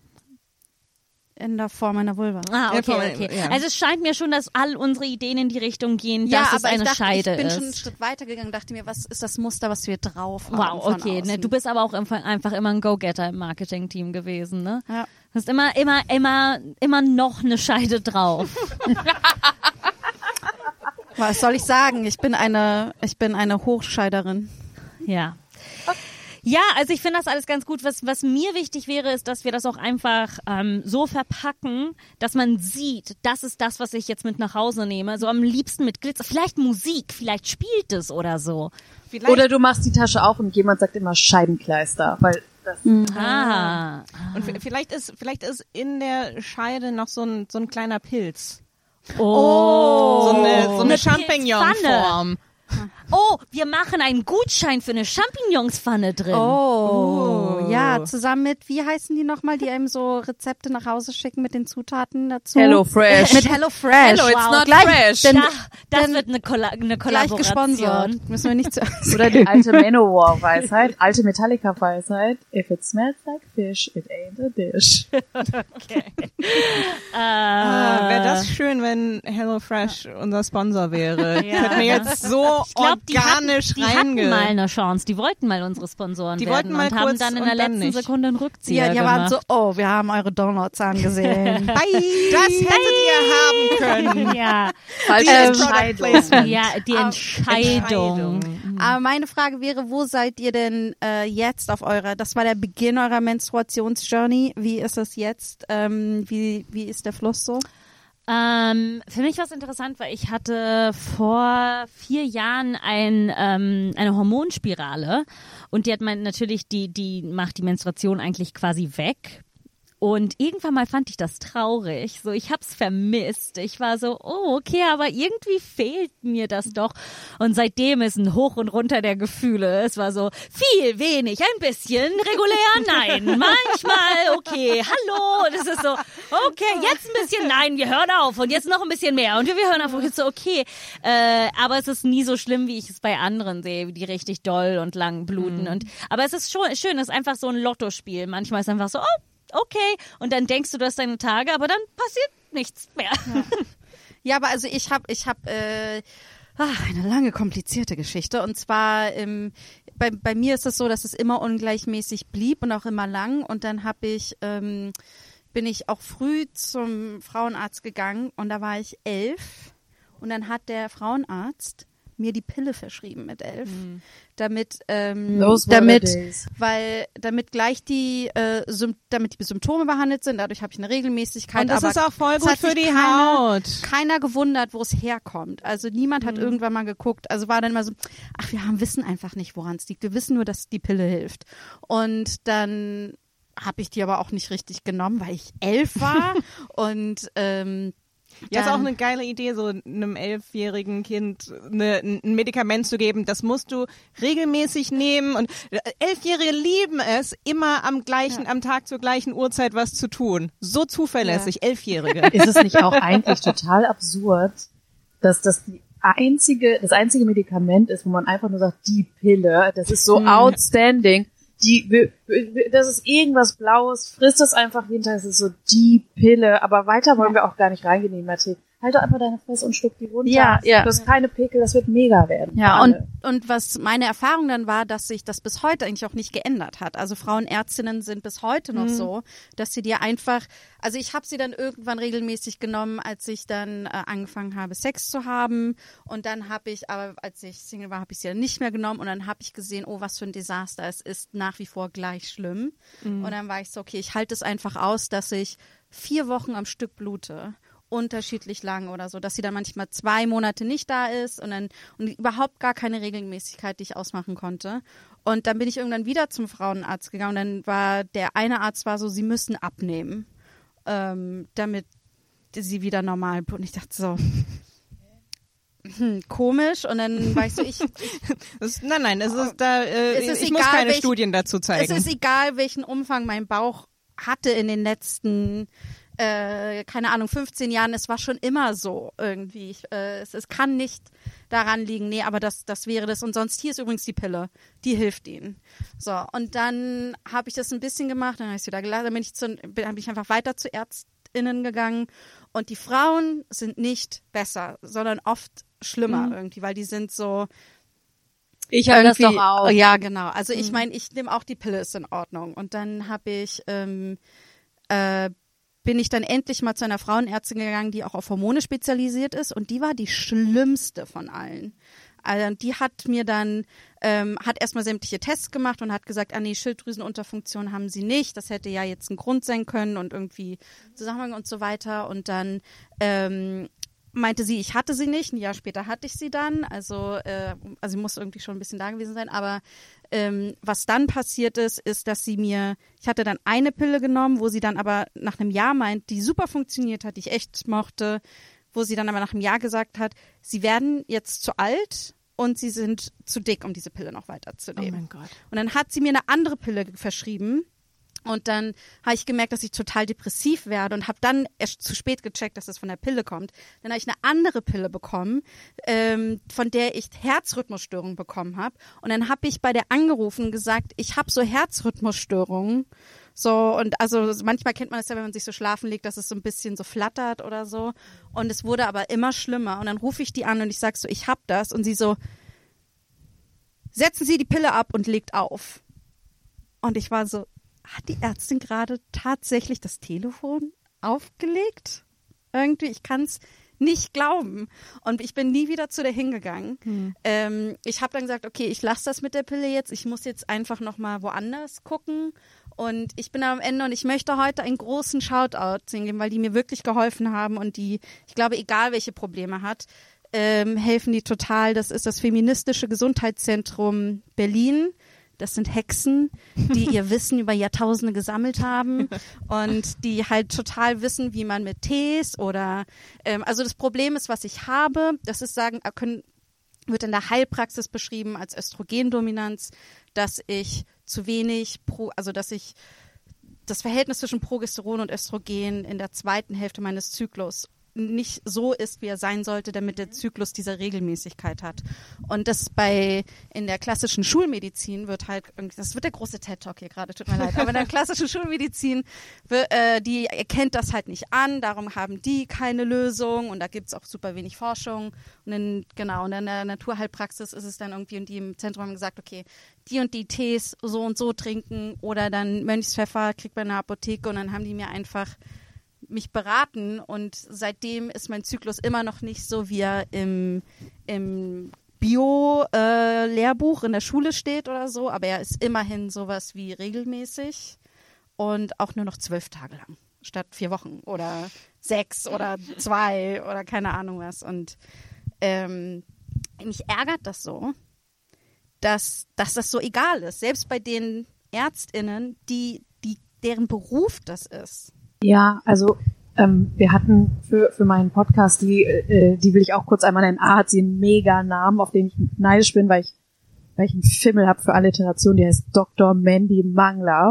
in der Form einer Vulva. Ah, Ja, okay, voll, okay. ja. Also es scheint mir schon, dass all unsere Ideen in die Richtung gehen, Ja, dass es aber eine ich dachte, Scheide ich bin ist. schon einen Schritt weiter gegangen, dachte mir, was ist das Muster, was wir drauf haben? Wow, von okay. Ne, außen? du bist aber auch einfach, einfach immer ein Go-Getter im Marketing-Team gewesen, ne? Ja. Du hast immer, immer, immer, immer noch eine Scheide drauf. Was soll ich sagen? Ich bin eine, ich bin eine Hochscheiderin. Ja. Ja, also ich finde das alles ganz gut. Was, was mir wichtig wäre, ist, dass wir das auch einfach ähm, so verpacken, dass man sieht, das ist das, was ich jetzt mit nach Hause nehme. So am liebsten mit Glitzer. Vielleicht Musik, vielleicht spielt es oder so. Vielleicht, Oder du machst die Tasche auf und jemand sagt immer Scheidenkleister, weil das Ah. und v- vielleicht ist, vielleicht ist in der Scheide noch so ein, so ein kleiner Pilz. Oh. So eine, so eine, Eine Champignon-Form. Oh, wir machen einen Gutschein für eine Champignonspfanne drin. Oh, Oh. ja, zusammen mit, wie heißen die nochmal, die einem so Rezepte nach Hause schicken mit den Zutaten dazu? Hello Fresh. Mit Hello Fresh. Hello, it's Wow. not Gleich, fresh. Denn, Ja, das denn wird eine, Kolla eine gleich Kollaboration. gesponsert. Müssen wir nicht zuerst. Oder die alte Manowar-Weisheit, alte Metallica-Weisheit. If it smells like fish, it ain't a dish. Ah, Wäre das schön, wenn HelloFresh unser Sponsor wäre. Ja. Hätten wir jetzt so Ich glaube, die hatten, organisch die hatten reinge... mal eine Chance. Die wollten mal unsere Sponsoren Die werden wollten mal und haben kurz dann in und der dann letzten nicht. Sekunde einen Rückzieher Ja, die gemacht. waren so, oh, wir haben eure Donuts angesehen. Das hättet ihr haben können. ja, Falsche Ähm, Entscheidung. Placement. ja, die Entscheidung. Aber meine Frage wäre, wo seid ihr denn äh, jetzt auf eurer, das war der Beginn eurer Menstruationsjourney. Wie ist es jetzt? Ähm, wie, wie ist der Fluss so? Ähm, für mich war es interessant, weil ich hatte vor vier Jahren ein, ähm, eine Hormonspirale und die hat man natürlich, die, die macht die Menstruation eigentlich quasi weg. Und irgendwann mal fand ich das traurig. So, ich hab's vermisst. Ich war so, oh, okay, aber irgendwie fehlt mir das doch. Und seitdem ist ein Hoch und Runter der Gefühle. Es war so, viel, wenig, ein bisschen, regulär, nein, manchmal, okay, hallo. Und es ist so, okay, jetzt ein bisschen, nein, wir hören auf. Und jetzt noch ein bisschen mehr. Und wir hören auf. Und jetzt so, okay. Äh, aber es ist nie so schlimm, wie ich es bei anderen sehe, die richtig doll und lang bluten. Mhm. Und, aber es ist schon schön, es ist einfach so ein Lottospiel. Manchmal ist es einfach so, oh, okay, und dann denkst du, du hast deine Tage, aber dann passiert nichts mehr. Ja, ja, aber also ich habe ich hab, äh, eine lange, komplizierte Geschichte. Und zwar, ähm, bei, bei mir ist es so, dass es immer ungleichmäßig blieb und auch immer lang. Und dann habe ich, ähm, bin ich auch früh zum Frauenarzt gegangen und da war ich elf. Und dann hat der Frauenarzt mir die Pille verschrieben mit elf, mhm. damit, ähm, damit, weil, damit gleich die, äh, Sym- damit die Symptome behandelt sind, dadurch habe ich eine Regelmäßigkeit. Und das aber ist auch voll gut für die keiner, Haut. Keiner gewundert, wo es herkommt. Also niemand hat mhm. irgendwann mal geguckt. Also war dann immer so, ach, wir haben, wissen einfach nicht, woran es liegt. Wir wissen nur, dass die Pille hilft. Und dann habe ich die aber auch nicht richtig genommen, weil ich elf war und, ähm, ja, ist auch eine geile Idee, so einem elfjährigen Kind eine, ein Medikament zu geben. Das musst du regelmäßig nehmen. Und Elfjährige lieben es, immer am gleichen, ja. am Tag zur gleichen Uhrzeit was zu tun. So zuverlässig, ja. Elfjährige. Ist es nicht auch eigentlich total absurd, dass das die einzige, das einzige Medikament ist, wo man einfach nur sagt, die Pille, das ist so hm. outstanding. Die, das ist irgendwas Blaues, frisst das einfach jeden Tag, das ist so die Pille, aber weiter wollen wir auch gar nicht reingehen in die Materie. Halt doch einfach deine Fresse und schluck die runter. Ja, ja. Du hast keine Pickel, das wird mega werden. Ja, und, und was meine Erfahrung dann war, dass sich das bis heute eigentlich auch nicht geändert hat. Also Frauenärztinnen sind bis heute noch mhm. so, dass sie dir einfach, also ich habe sie dann irgendwann regelmäßig genommen, als ich dann äh, angefangen habe, Sex zu haben. Und dann habe ich, aber als ich Single war, habe ich sie dann nicht mehr genommen. Und dann habe ich gesehen, oh, was für ein Desaster. Es ist nach wie vor gleich schlimm. Mhm. Und dann war ich so, okay, ich halte es einfach aus, dass ich vier Wochen am Stück blute. Unterschiedlich lang oder so, dass sie dann manchmal zwei Monate nicht da ist und dann und überhaupt gar keine Regelmäßigkeit, die ich ausmachen konnte. Und dann bin ich irgendwann wieder zum Frauenarzt gegangen und dann war der eine Arzt war so, sie müssen abnehmen, ähm, damit sie wieder normal. Und ich dachte so, hm, komisch. Und dann war ich so, ich, das, nein, nein, es ist da, äh, es ist ich egal, muss keine welch, Studien dazu zeigen. Es ist egal, welchen Umfang mein Bauch hatte in den letzten Äh, keine Ahnung, fünfzehn Jahren, es war schon immer so irgendwie. Ich, äh, es, es kann nicht daran liegen, nee, aber das, das wäre das. Und sonst, hier ist übrigens die Pille, die hilft ihnen. So, und dann habe ich das ein bisschen gemacht, dann habe ich es wieder gelassen, dann bin ich, zu, bin, bin ich einfach weiter zu ÄrztInnen gegangen. Und die Frauen sind nicht besser, sondern oft schlimmer mhm. irgendwie, weil die sind so, ich habe das doch auch. Ja, genau. Also mhm. ich meine, ich nehme auch die Pille, ist in Ordnung. Und dann habe ich, ähm, äh, bin ich dann endlich mal zu einer Frauenärztin gegangen, die auch auf Hormone spezialisiert ist und die war die schlimmste von allen. Also die hat mir dann, ähm, hat erstmal sämtliche Tests gemacht und hat gesagt, ah nee, Schilddrüsenunterfunktion haben sie nicht, das hätte ja jetzt ein Grund sein können und irgendwie Zusammenhang und so weiter und dann ähm, meinte sie, ich hatte sie nicht, ein Jahr später hatte ich sie dann, also, äh, also sie muss irgendwie schon ein bisschen da gewesen sein, aber ähm, was dann passiert ist, ist, dass sie mir, ich hatte dann eine Pille genommen, wo sie dann aber nach einem Jahr meint, die super funktioniert hat, die ich echt mochte, wo sie dann aber nach einem Jahr gesagt hat, sie werden jetzt zu alt und sie sind zu dick, um diese Pille noch weiterzunehmen. Oh mein Gott. Und dann hat sie mir eine andere Pille verschrieben. Und dann habe ich gemerkt, dass ich total depressiv werde und habe dann erst zu spät gecheckt, dass das von der Pille kommt. Dann habe ich eine andere Pille bekommen, ähm, von der ich Herzrhythmusstörungen bekommen habe. Und dann habe ich bei der angerufen und gesagt, ich habe so Herzrhythmusstörungen. So, und also manchmal kennt man das ja, wenn man sich so schlafen legt, dass es so ein bisschen so flattert oder so. Und es wurde aber immer schlimmer. Und dann rufe ich die an und ich sage so, ich habe das. Und sie so, setzen Sie die Pille ab und legt auf. Und ich war so, hat die Ärztin gerade tatsächlich das Telefon aufgelegt? Irgendwie, ich kann es nicht glauben. Und ich bin nie wieder zu der hingegangen. Hm. Ähm, ich habe dann gesagt, okay, ich lasse das mit der Pille jetzt. Ich muss jetzt einfach nochmal woanders gucken. Und ich bin am Ende und ich möchte heute einen großen Shoutout geben, weil die mir wirklich geholfen haben und die, ich glaube, egal welche Probleme hat, ähm, helfen die total. Das ist das Feministische Gesundheitszentrum Berlin. Das sind Hexen, die ihr Wissen über Jahrtausende gesammelt haben und die halt total wissen, wie man mit Tees oder ähm, also das Problem ist, was ich habe, das ist sagen, können, wird in der Heilpraxis beschrieben als Östrogendominanz, dass ich zu wenig, pro, also dass ich das Verhältnis zwischen Progesteron und Östrogen in der zweiten Hälfte meines Zyklus nicht so ist, wie er sein sollte, damit der Zyklus diese Regelmäßigkeit hat. Und das bei, in der klassischen Schulmedizin wird halt, das wird der große TED-Talk hier gerade, tut mir leid, aber in der klassischen Schulmedizin, äh, die erkennt das halt nicht an, darum haben die keine Lösung und da gibt's auch super wenig Forschung. Und in, genau, und in der Naturheilpraxis ist es dann irgendwie, und die im Zentrum haben gesagt, okay, die und die Tees so und so trinken oder dann Mönchspfeffer kriegt man in der Apotheke und dann haben die mir einfach mich beraten und seitdem ist mein Zyklus immer noch nicht so, wie er im, im Bio-Lehrbuch äh, in der Schule steht oder so, aber er ist immerhin sowas wie regelmäßig und auch nur noch zwölf Tage lang statt vier Wochen oder sechs oder zwei oder keine Ahnung was. Und ähm, mich ärgert das so, dass, dass das so egal ist, selbst bei den ÄrztInnen, die, die, deren Beruf das ist. Ja, also ähm, wir hatten für für meinen Podcast, die äh, die will ich auch kurz einmal nennen. A hat sie einen mega Namen, auf den ich neidisch bin, weil ich weil ich einen Fimmel habe für Alliteration, die heißt Doktor Mandy Mangler.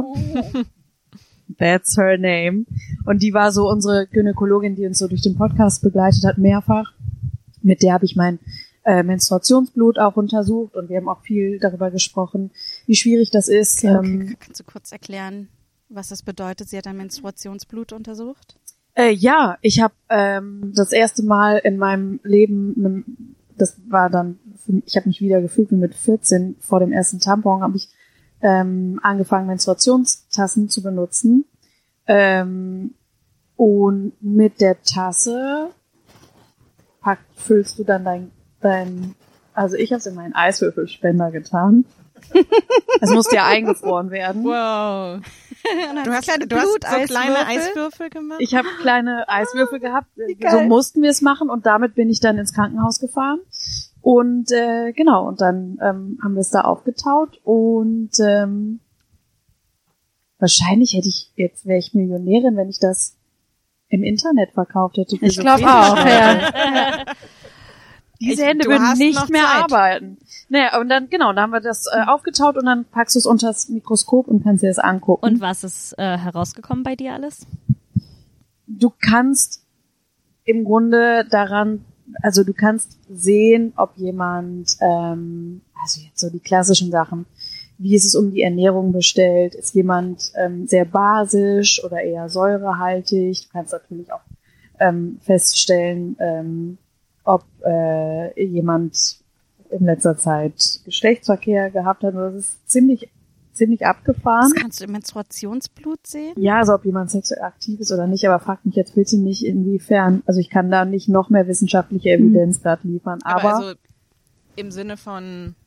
That's her name. Und die war so unsere Gynäkologin, die uns so durch den Podcast begleitet hat, mehrfach. Mit der habe ich mein äh, Menstruationsblut auch untersucht und wir haben auch viel darüber gesprochen, wie schwierig das ist. Okay, okay. Ähm, Kannst du kurz erklären, was das bedeutet? Sie hat ein Menstruationsblut untersucht? Äh, ja, ich habe ähm, das erste Mal in meinem Leben, ne, das war dann, ich habe mich wieder gefühlt wie mit vierzehn, vor dem ersten Tampon, habe ich ähm, angefangen, Menstruationstassen zu benutzen. Ähm, und mit der Tasse pack, füllst du dann dein, dein also ich habe es in meinen Eiswürfelspender getan. Es musste ja eingefroren werden. Wow. Du hast, ja, du hast so kleine Eiswürfel gemacht? Ich habe kleine Eiswürfel gehabt. So mussten wir es machen und damit bin ich dann ins Krankenhaus gefahren. Und äh, genau, und dann ähm, haben wir es da aufgetaut und ähm, wahrscheinlich hätte ich, jetzt wäre ich Millionärin, wenn ich das im Internet verkauft hätte. Ich glaube auch, ja. Diese Ich- Hände du würden hast nicht noch mehr Zeit. arbeiten. Naja, und dann, genau, dann haben wir das äh, aufgetaut und dann packst du es unter das Mikroskop und kannst dir das angucken. Und was ist äh, herausgekommen bei dir alles? Du kannst im Grunde daran, also du kannst sehen, ob jemand, ähm, also jetzt so die klassischen Sachen, wie ist es um die Ernährung bestellt, ist jemand ähm, sehr basisch oder eher säurehaltig. Du kannst natürlich auch ähm, feststellen, ähm, ob äh, jemand in letzter Zeit Geschlechtsverkehr gehabt hat. Das ist ziemlich ziemlich abgefahren. Das kannst du im Menstruationsblut sehen? Ja, also ob jemand sexuell aktiv ist oder nicht, aber frag mich jetzt bitte nicht inwiefern. Also ich kann da nicht noch mehr wissenschaftliche Evidenz gerade liefern. Aber, Aber also im Sinne von,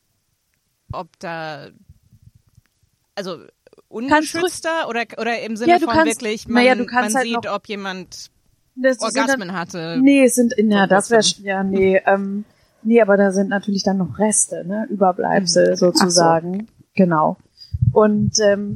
ob da, also ungeschützter oder oder im Sinne Ja, du von kannst- wirklich, man, naja, du kannst man halt sieht, noch- ob jemand das sind dann- Orgasmen hatte. Nee, es sind, ja, das wäre, Trotzdem. ja, nee, ähm, nee, aber da sind natürlich dann noch Reste, ne, Überbleibsel sozusagen. Genau. Und ähm,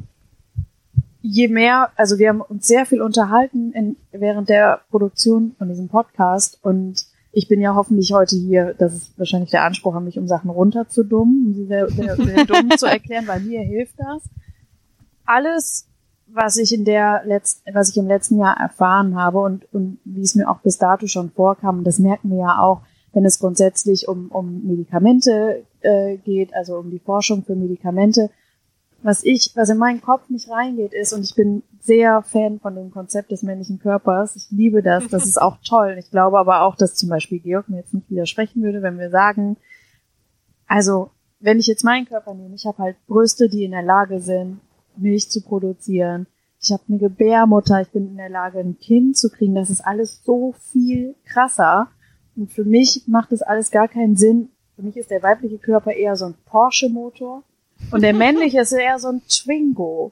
je mehr, also wir haben uns sehr viel unterhalten in, während der Produktion von diesem Podcast und ich bin ja hoffentlich heute hier, das ist wahrscheinlich der Anspruch an mich, um Sachen runterzudummen, um sie sehr, sehr, sehr dumm zu erklären, weil mir hilft das. Alles, was ich in der letzten, was ich im letzten Jahr erfahren habe und, und wie es mir auch bis dato schon vorkam, das merken wir ja auch, wenn es grundsätzlich um, um Medikamente äh, geht, also um die Forschung für Medikamente. Was ich, was in meinen Kopf nicht reingeht, ist, und ich bin sehr Fan von dem Konzept des männlichen Körpers. Ich liebe das, das ist auch toll. Ich glaube aber auch, dass zum Beispiel Georg mir jetzt nicht widersprechen würde, wenn wir sagen, also wenn ich jetzt meinen Körper nehme, ich habe halt Brüste, die in der Lage sind, Milch zu produzieren. Ich habe eine Gebärmutter, ich bin in der Lage, ein Kind zu kriegen. Das ist alles so viel krasser. Und für mich macht das alles gar keinen Sinn. Für mich ist der weibliche Körper eher so ein Porsche-Motor und der männliche ist eher so ein Twingo.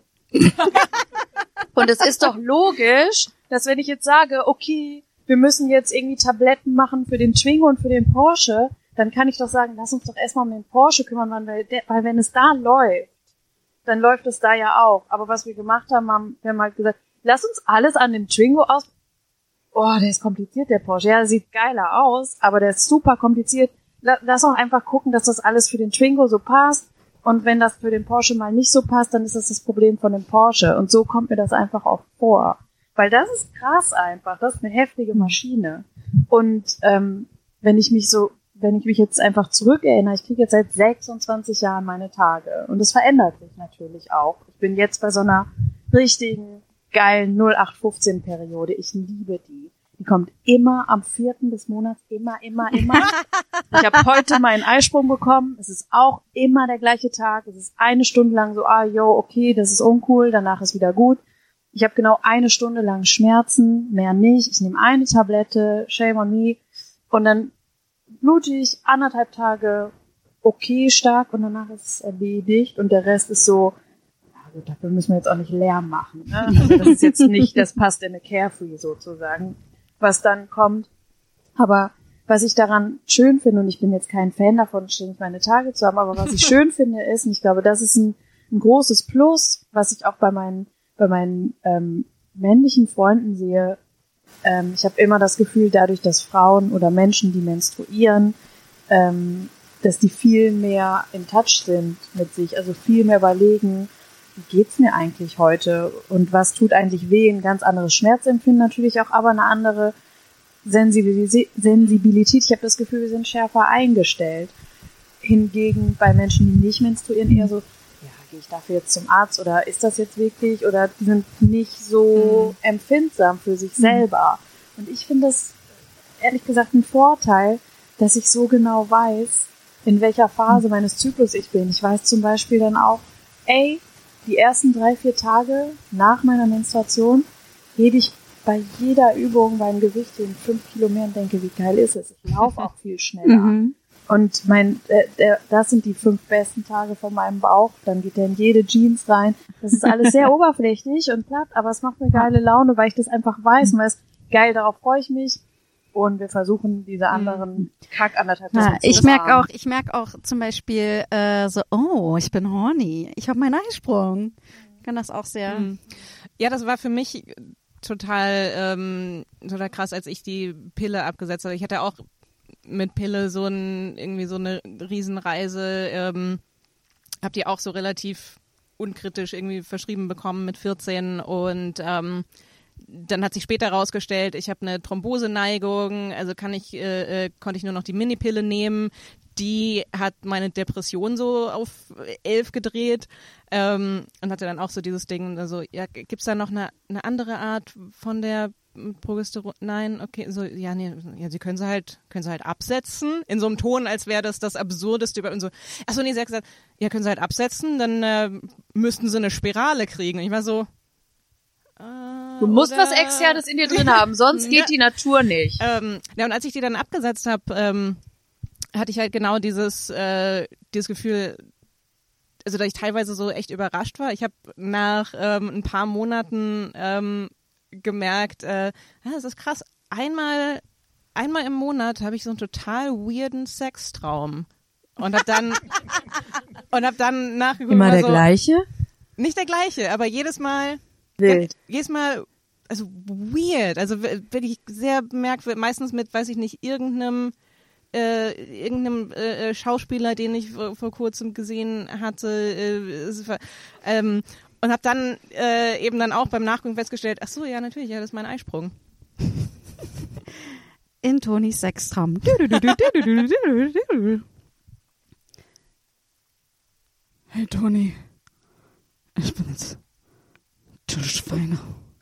Und es ist doch logisch, dass wenn ich jetzt sage, okay, wir müssen jetzt irgendwie Tabletten machen für den Twingo und für den Porsche, dann kann ich doch sagen, lass uns doch erstmal um den Porsche kümmern, weil, der, weil wenn es da läuft, dann läuft es da ja auch. Aber was wir gemacht haben, haben wir haben halt gesagt, lass uns alles an dem Twingo aus... Oh, der ist kompliziert, der Porsche. Ja, der sieht geiler aus, aber der ist super kompliziert. Lass auch einfach gucken, dass das alles für den Twingo so passt. Und wenn das für den Porsche mal nicht so passt, dann ist das das Problem von dem Porsche. Und so kommt mir das einfach auch vor. Weil das ist krass einfach. Das ist eine heftige Maschine. Und ähm, wenn ich mich so, wenn ich mich jetzt einfach zurückerinnere, ich kriege jetzt seit sechsundzwanzig Jahren meine Tage. Und es verändert sich natürlich auch. Ich bin jetzt bei so einer richtigen, geilen null acht fünfzehn Periode. Ich liebe die. Die kommt immer am vierten des Monats, immer, immer, immer. Ich habe heute meinen Eisprung bekommen. Es ist auch immer der gleiche Tag. Es ist eine Stunde lang so, ah, yo, okay, das ist uncool, danach ist wieder gut. Ich habe genau eine Stunde lang Schmerzen, mehr nicht. Ich nehme eine Tablette, shame on me. Und dann blute ich anderthalb Tage okay stark und danach ist es erledigt. Und der Rest ist so, also dafür müssen wir jetzt auch nicht Lärm machen. Ne? Also das ist jetzt nicht, das passt in eine Carefree sozusagen, was dann kommt. Aber was ich daran schön finde, und ich bin jetzt kein Fan davon, ständig meine Tage zu haben, aber was ich schön finde ist, und ich glaube, das ist ein, ein großes Plus, was ich auch bei meinen, bei meinen ähm, männlichen Freunden sehe. Ähm, ich habe immer das Gefühl, dadurch, dass Frauen oder Menschen, die menstruieren, ähm, dass die viel mehr in Touch sind mit sich, also viel mehr überlegen, wie geht's mir eigentlich heute und was tut eigentlich weh, ein ganz anderes Schmerzempfinden natürlich auch, aber eine andere Sensibilis- Sensibilität. Ich habe das Gefühl, wir sind schärfer eingestellt. Hingegen bei Menschen, die nicht menstruieren, eher so, ja, gehe ich dafür jetzt zum Arzt oder ist das jetzt wirklich, oder die sind nicht so mhm. empfindsam für sich selber. Und ich finde das ehrlich gesagt ein Vorteil, dass ich so genau weiß, in welcher Phase meines Zyklus ich bin. Ich weiß zum Beispiel dann auch, ey, die ersten drei, vier Tage nach meiner Menstruation hebe ich bei jeder Übung beim Gewicht den fünf Kilo mehr und denke, wie geil ist es? Ich laufe auch viel schneller. Mhm. Und mein, äh, der, das sind die fünf besten Tage von meinem Bauch. Dann geht der in jede Jeans rein. Das ist alles sehr oberflächlich und platt, aber es macht mir geile Laune, weil ich das einfach weiß und weiß, geil, darauf freue ich mich. Und wir versuchen, diese anderen Kack anderthalb Tage zu Ich merke auch, ich merke auch zum Beispiel äh, so, oh, ich bin horny. Ich habe meinen Eisprung. Ich kann das auch sehr. Mhm. Ja, das war für mich total, ähm, total krass, als ich die Pille abgesetzt habe. Ich hatte auch mit Pille so ein, irgendwie so eine Riesenreise, ähm, habe die auch so relativ unkritisch irgendwie verschrieben bekommen mit vierzehn und ähm, dann hat sich später herausgestellt, ich habe eine Thromboseneigung, also kann ich, äh, konnte ich nur noch die Minipille nehmen. Die hat meine Depression so auf elf gedreht ähm, und hatte dann auch so dieses Ding, also ja, gibt's da noch eine, eine andere Art von der Progesteron? Nein, okay, so ja, nee, ja, sie können sie halt, können sie halt absetzen in so einem Ton, als wäre das das Absurdeste über und so. Ach so, nee, sie hat gesagt, ja, können sie halt absetzen, dann äh, müssten sie eine Spirale kriegen. Und ich war so, du musst oder, was Externes in dir drin haben, sonst geht die Natur nicht. Ähm, ja, und als ich die dann abgesetzt habe, ähm, hatte ich halt genau dieses, äh, dieses Gefühl, also dass ich teilweise so echt überrascht war. Ich habe nach ähm, ein paar Monaten ähm, gemerkt, äh, ja, das ist krass, einmal, einmal im Monat habe ich so einen total weirden Sextraum. Und hab dann, und hab dann nachgeguckt. Immer der so, gleiche? Nicht der gleiche, aber jedes Mal, Wild. jedes Mal, also weird, also wirklich sehr merkwürdig, meistens mit, weiß ich nicht, irgendeinem, äh, irgendeinem äh, Schauspieler, den ich vor, vor kurzem gesehen hatte, äh, ähm, und habe dann äh, eben dann auch beim Nachgucken festgestellt, ach so, ja, natürlich, ja, das ist mein Eisprung. In Tonis Sextraum. Hey Toni, ich bin's. Du Schweine.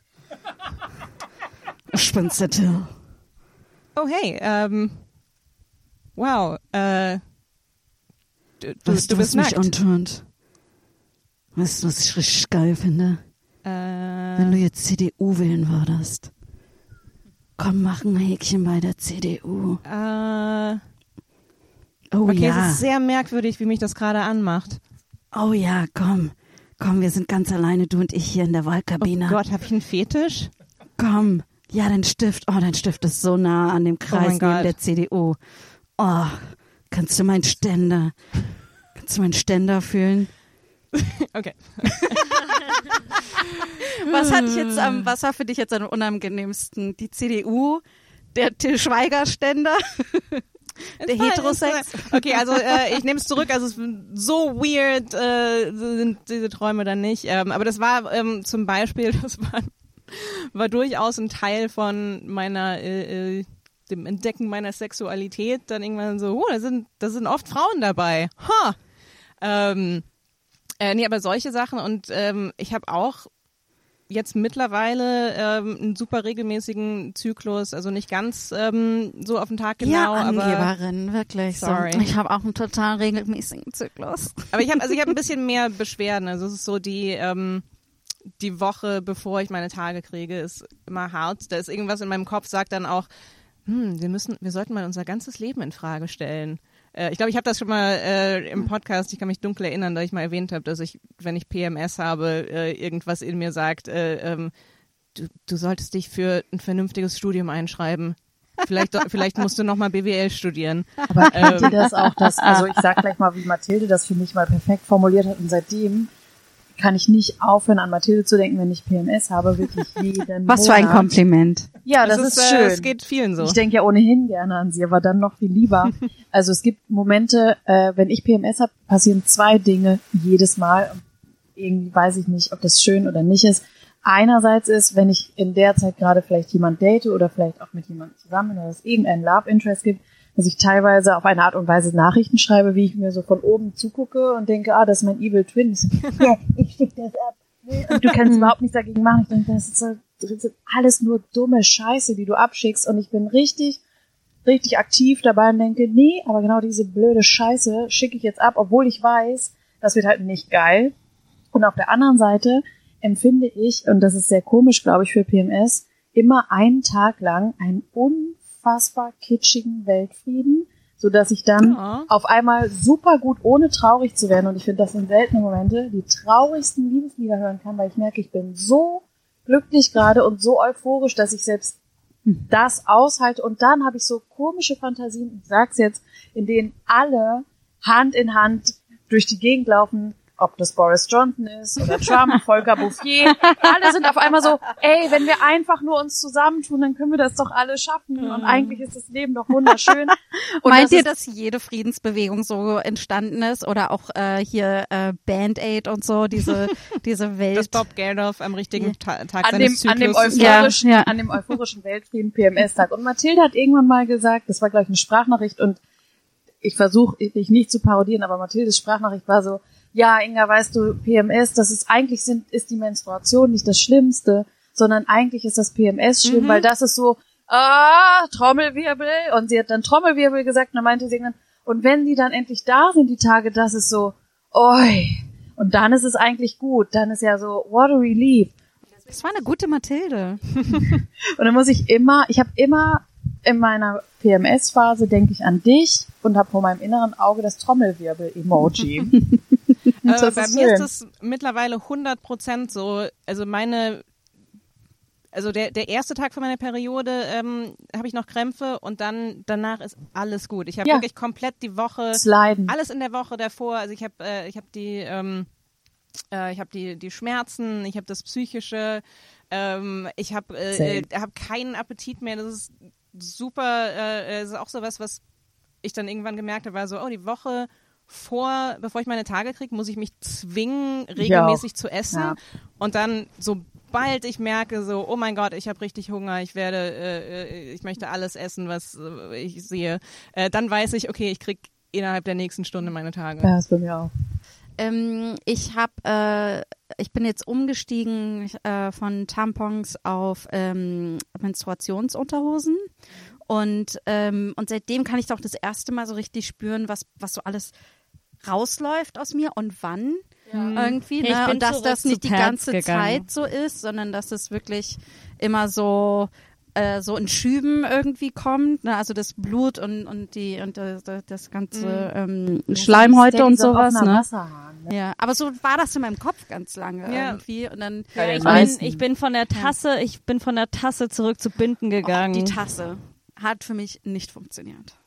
Ich bin's, der Till. Oh hey, ähm, wow, äh, du, du, weißt du du, bist was mich nackt. antörnt? Weißt du, was ich richtig geil finde? Äh, Wenn du jetzt C D U wählen würdest. Komm, mach ein Häkchen bei der C D U. äh, Oh okay, ja. es ist sehr merkwürdig, wie mich das gerade anmacht. Oh ja, komm. Komm, wir sind ganz alleine, du und ich hier in der Wahlkabine. Oh Gott, hab ich einen Fetisch? Komm. Ja, dein Stift. Oh, dein Stift ist so nah an dem Kreis Oh mein neben Gott. der C D U. Oh, kannst du meinen Ständer, kannst du meinen Ständer fühlen? Okay. Was hat dich jetzt am, was war für dich jetzt am unangenehmsten? Die C D U, der Til Schweiger-Ständer, der Heterosex? Okay, also äh, ich nehme es zurück. Also es ist so weird äh, sind diese Träume dann nicht. Ähm, aber das war ähm, zum Beispiel, das war, war durchaus ein Teil von meiner äh, äh, dem Entdecken meiner Sexualität. Dann irgendwann so, oh, da sind da sind oft Frauen dabei. Ha. Ähm, äh, nee, aber solche Sachen und ähm, ich habe auch jetzt mittlerweile ähm, einen super regelmäßigen Zyklus, also nicht ganz ähm, so auf den Tag genau, ja, aber Angeberin, wirklich. Sorry. So. Ich habe auch einen total regelmäßigen Zyklus. aber ich habe also ich habe ein bisschen mehr Beschwerden, also es ist so die ähm, die Woche, bevor ich meine Tage kriege, ist immer hart. Da ist irgendwas in meinem Kopf, sagt dann auch, hm, wir müssen, wir sollten mal unser ganzes Leben in Frage stellen. Ich glaube, ich habe das schon mal äh, im Podcast, ich kann mich dunkel erinnern, da ich mal erwähnt habe, dass ich, wenn ich P M S habe, äh, irgendwas in mir sagt, äh, ähm, du, du solltest dich für ein vernünftiges Studium einschreiben. Vielleicht, vielleicht musst du nochmal B W L studieren. Aber kennt Ähm, ihr das auch, dass, also ich sag gleich mal, wie Mathilde das für mich mal perfekt formuliert hat und seitdem kann ich nicht aufhören, an Mathilde zu denken, wenn ich P M S habe, wirklich jeden Was für ein Monat. Kompliment. Ja, das, das ist, ist, schön. äh, es geht vielen so. Ich denke ja ohnehin gerne an sie, aber dann noch viel lieber. Also es gibt Momente, äh, wenn ich P M S habe, passieren zwei Dinge jedes Mal. Irgendwie weiß ich nicht, ob das schön oder nicht ist. Einerseits ist, wenn ich in der Zeit gerade vielleicht jemand date oder vielleicht auch mit jemandem zusammen bin oder es irgendeinen Love Interest gibt, dass ich teilweise auf eine Art und Weise Nachrichten schreibe, wie ich mir so von oben zugucke und denke, ah, das ist mein Evil Twin. Ich so, ja, ich fick das ab. Und du kannst überhaupt nichts dagegen machen. Ich denke, das ist, so, das ist alles nur dumme Scheiße, die du abschickst. Und ich bin richtig, richtig aktiv dabei und denke, nee, aber genau diese blöde Scheiße schicke ich jetzt ab, obwohl ich weiß, das wird halt nicht geil. Und auf der anderen Seite empfinde ich, und das ist sehr komisch, glaube ich, für P M S, immer einen Tag lang einen unfassbar kitschigen Weltfrieden, so dass ich dann Ja. auf einmal super gut, ohne traurig zu werden, und ich finde, das sind seltene Momente, die traurigsten Liebeslieder hören kann, weil ich merke, ich bin so glücklich gerade und so euphorisch, dass ich selbst das aushalte. Und dann habe ich so komische Fantasien, ich sag's jetzt, in denen alle Hand in Hand durch die Gegend laufen, ob das Boris Johnson ist oder Trump, Volker Bouffier. Alle sind auf einmal so, ey, wenn wir einfach nur uns zusammentun, dann können wir das doch alle schaffen. Und eigentlich ist das Leben doch wunderschön. Und Meint das ihr, ist, dass jede Friedensbewegung so entstanden ist? Oder auch äh, hier äh, Band-Aid und so, diese, diese Welt? Dass Bob Geldof am richtigen Ta- Tag an dem, seines an dem Zyklus euphorischen, Ja, ja. an dem euphorischen Weltfrieden P M S-Tag. Und Mathilde hat irgendwann mal gesagt, das war gleich eine Sprachnachricht, und ich versuche dich nicht zu parodieren, aber Mathildes Sprachnachricht war so, ja, Inga, weißt du, P M S, das ist eigentlich sind, ist die Menstruation nicht das Schlimmste, sondern eigentlich ist das P M S schlimm, Mhm. weil das ist so, ah, Trommelwirbel, und sie hat dann Trommelwirbel gesagt, und dann meinte sie dann, und wenn die dann endlich da sind, die Tage, das ist so, oi, und dann ist es eigentlich gut, dann ist ja so, what a relief. Das war eine gute Mathilde. Und dann muss ich immer, ich habe immer in meiner P M S-Phase denke ich an dich und habe vor meinem inneren Auge das Trommelwirbel-Emoji. Also Das bei ist mir schön. ist das mittlerweile hundert Prozent so, also meine, also der, der erste Tag von meiner Periode ähm, habe ich noch Krämpfe und dann danach ist alles gut. Ich habe Ja. wirklich komplett die Woche, Sliden. alles in der Woche davor, also ich habe äh, ich habe die, ähm, äh, ich habe die, die Schmerzen, ich habe das Psychische, ähm, ich habe äh, Same. äh, hab keinen Appetit mehr, das ist super, äh, das ist auch sowas, was ich dann irgendwann gemerkt habe, war so, oh, die Woche vor, bevor ich meine Tage kriege, muss ich mich zwingen, regelmäßig zu essen. Ja. Und dann, sobald ich merke, so, oh mein Gott, ich habe richtig Hunger, ich werde, äh, ich möchte alles essen, was äh, ich sehe, äh, dann weiß ich, okay, ich krieg innerhalb der nächsten Stunde meine Tage. Ja, das bei mir auch. Ähm, ich habe, äh, ich bin jetzt umgestiegen äh, von Tampons auf ähm, Menstruationsunterhosen. Und, ähm, und seitdem kann ich doch das erste Mal so richtig spüren, was, was so alles rausläuft aus mir und wann irgendwie. Ich Ne? bin Und dass zurück das zu nicht die Pads ganze gegangen. Zeit so ist, sondern dass es wirklich immer so äh, so in Schüben irgendwie kommt. Ne? Also das Blut und, und die und das, das ganze ähm, Schleimhäute und sowas. Ne? Wasserhahn, ne? Ja, aber so war das in meinem Kopf ganz lange Ja. irgendwie. Und dann Ja, Ich bin, meisten. ich bin von der Tasse, ich bin von der Tasse zurück zu Binden gegangen. die Tasse hat für mich nicht funktioniert.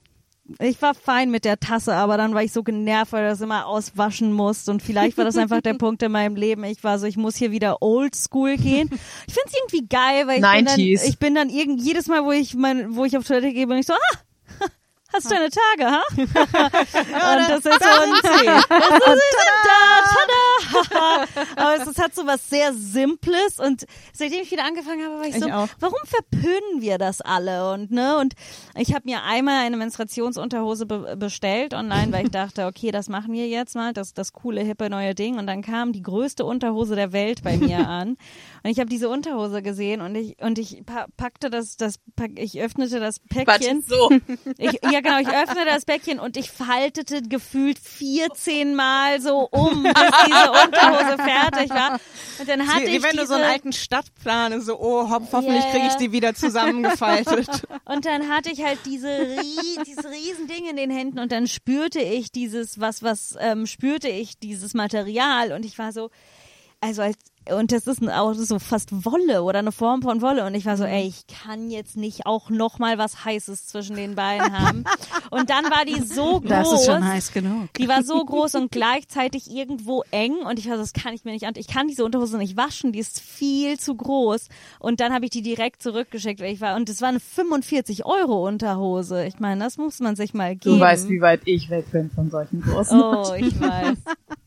ich war fein mit der Tasse, aber dann war ich so genervt, weil du das immer auswaschen musst und vielleicht war das einfach der Punkt in meinem Leben. Ich war so, ich muss hier wieder oldschool gehen. Ich find's irgendwie geil, weil ich neunziger. bin dann, ich bin dann irgend, jedes Mal, wo ich mein, wo ich auf Toilette gehe, bin ich so, ah, hast du deine Tage, ha? Und das ist so ein, das ist da, tada! Aber es, es hat so was sehr Simples und seitdem ich wieder angefangen habe, war ich so, Ich auch. warum verpönen wir das alle? Und ne, und ich habe mir einmal eine Menstruationsunterhose be- bestellt online, weil ich dachte, okay, das machen wir jetzt mal, das das coole, hippe neue Ding. Und dann kam die größte Unterhose der Welt bei mir an. Und ich habe diese Unterhose gesehen und ich und ich pa- packte das, das pack, ich öffnete das Päckchen. Warte, so. Ich, ja genau, ich öffnete das Päckchen und ich faltete gefühlt vierzehn Mal so um, bis diese Unterhose fertig war. Und dann hatte Wie ich wenn diese, du so einen alten Stadtplan, so, oh, hopp, hoffentlich Ja, kriege ich ja. die wieder zusammengefaltet. Und dann hatte ich halt diese rie dieses Riesending in den Händen und dann spürte ich dieses, was, was, ähm, spürte ich dieses Material und ich war so, also als, und das ist auch so fast Wolle oder eine Form von Wolle und ich war so, ey, ich kann jetzt nicht auch noch mal was Heißes zwischen den Beinen haben. Und dann war die so groß. Das ist schon heiß genug. Die war so groß und gleichzeitig irgendwo eng und ich war so, das kann ich mir nicht an. Ich kann diese Unterhose nicht waschen, die ist viel zu groß. Und dann habe ich die direkt zurückgeschickt, weil ich war, und es war eine fünfundvierzig Euro Unterhose. Ich meine, das muss man sich mal geben. Du weißt, wie weit ich weg bin von solchen großen. Oh, ich weiß.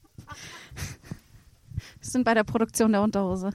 Wir sind bei der Produktion der Unterhose.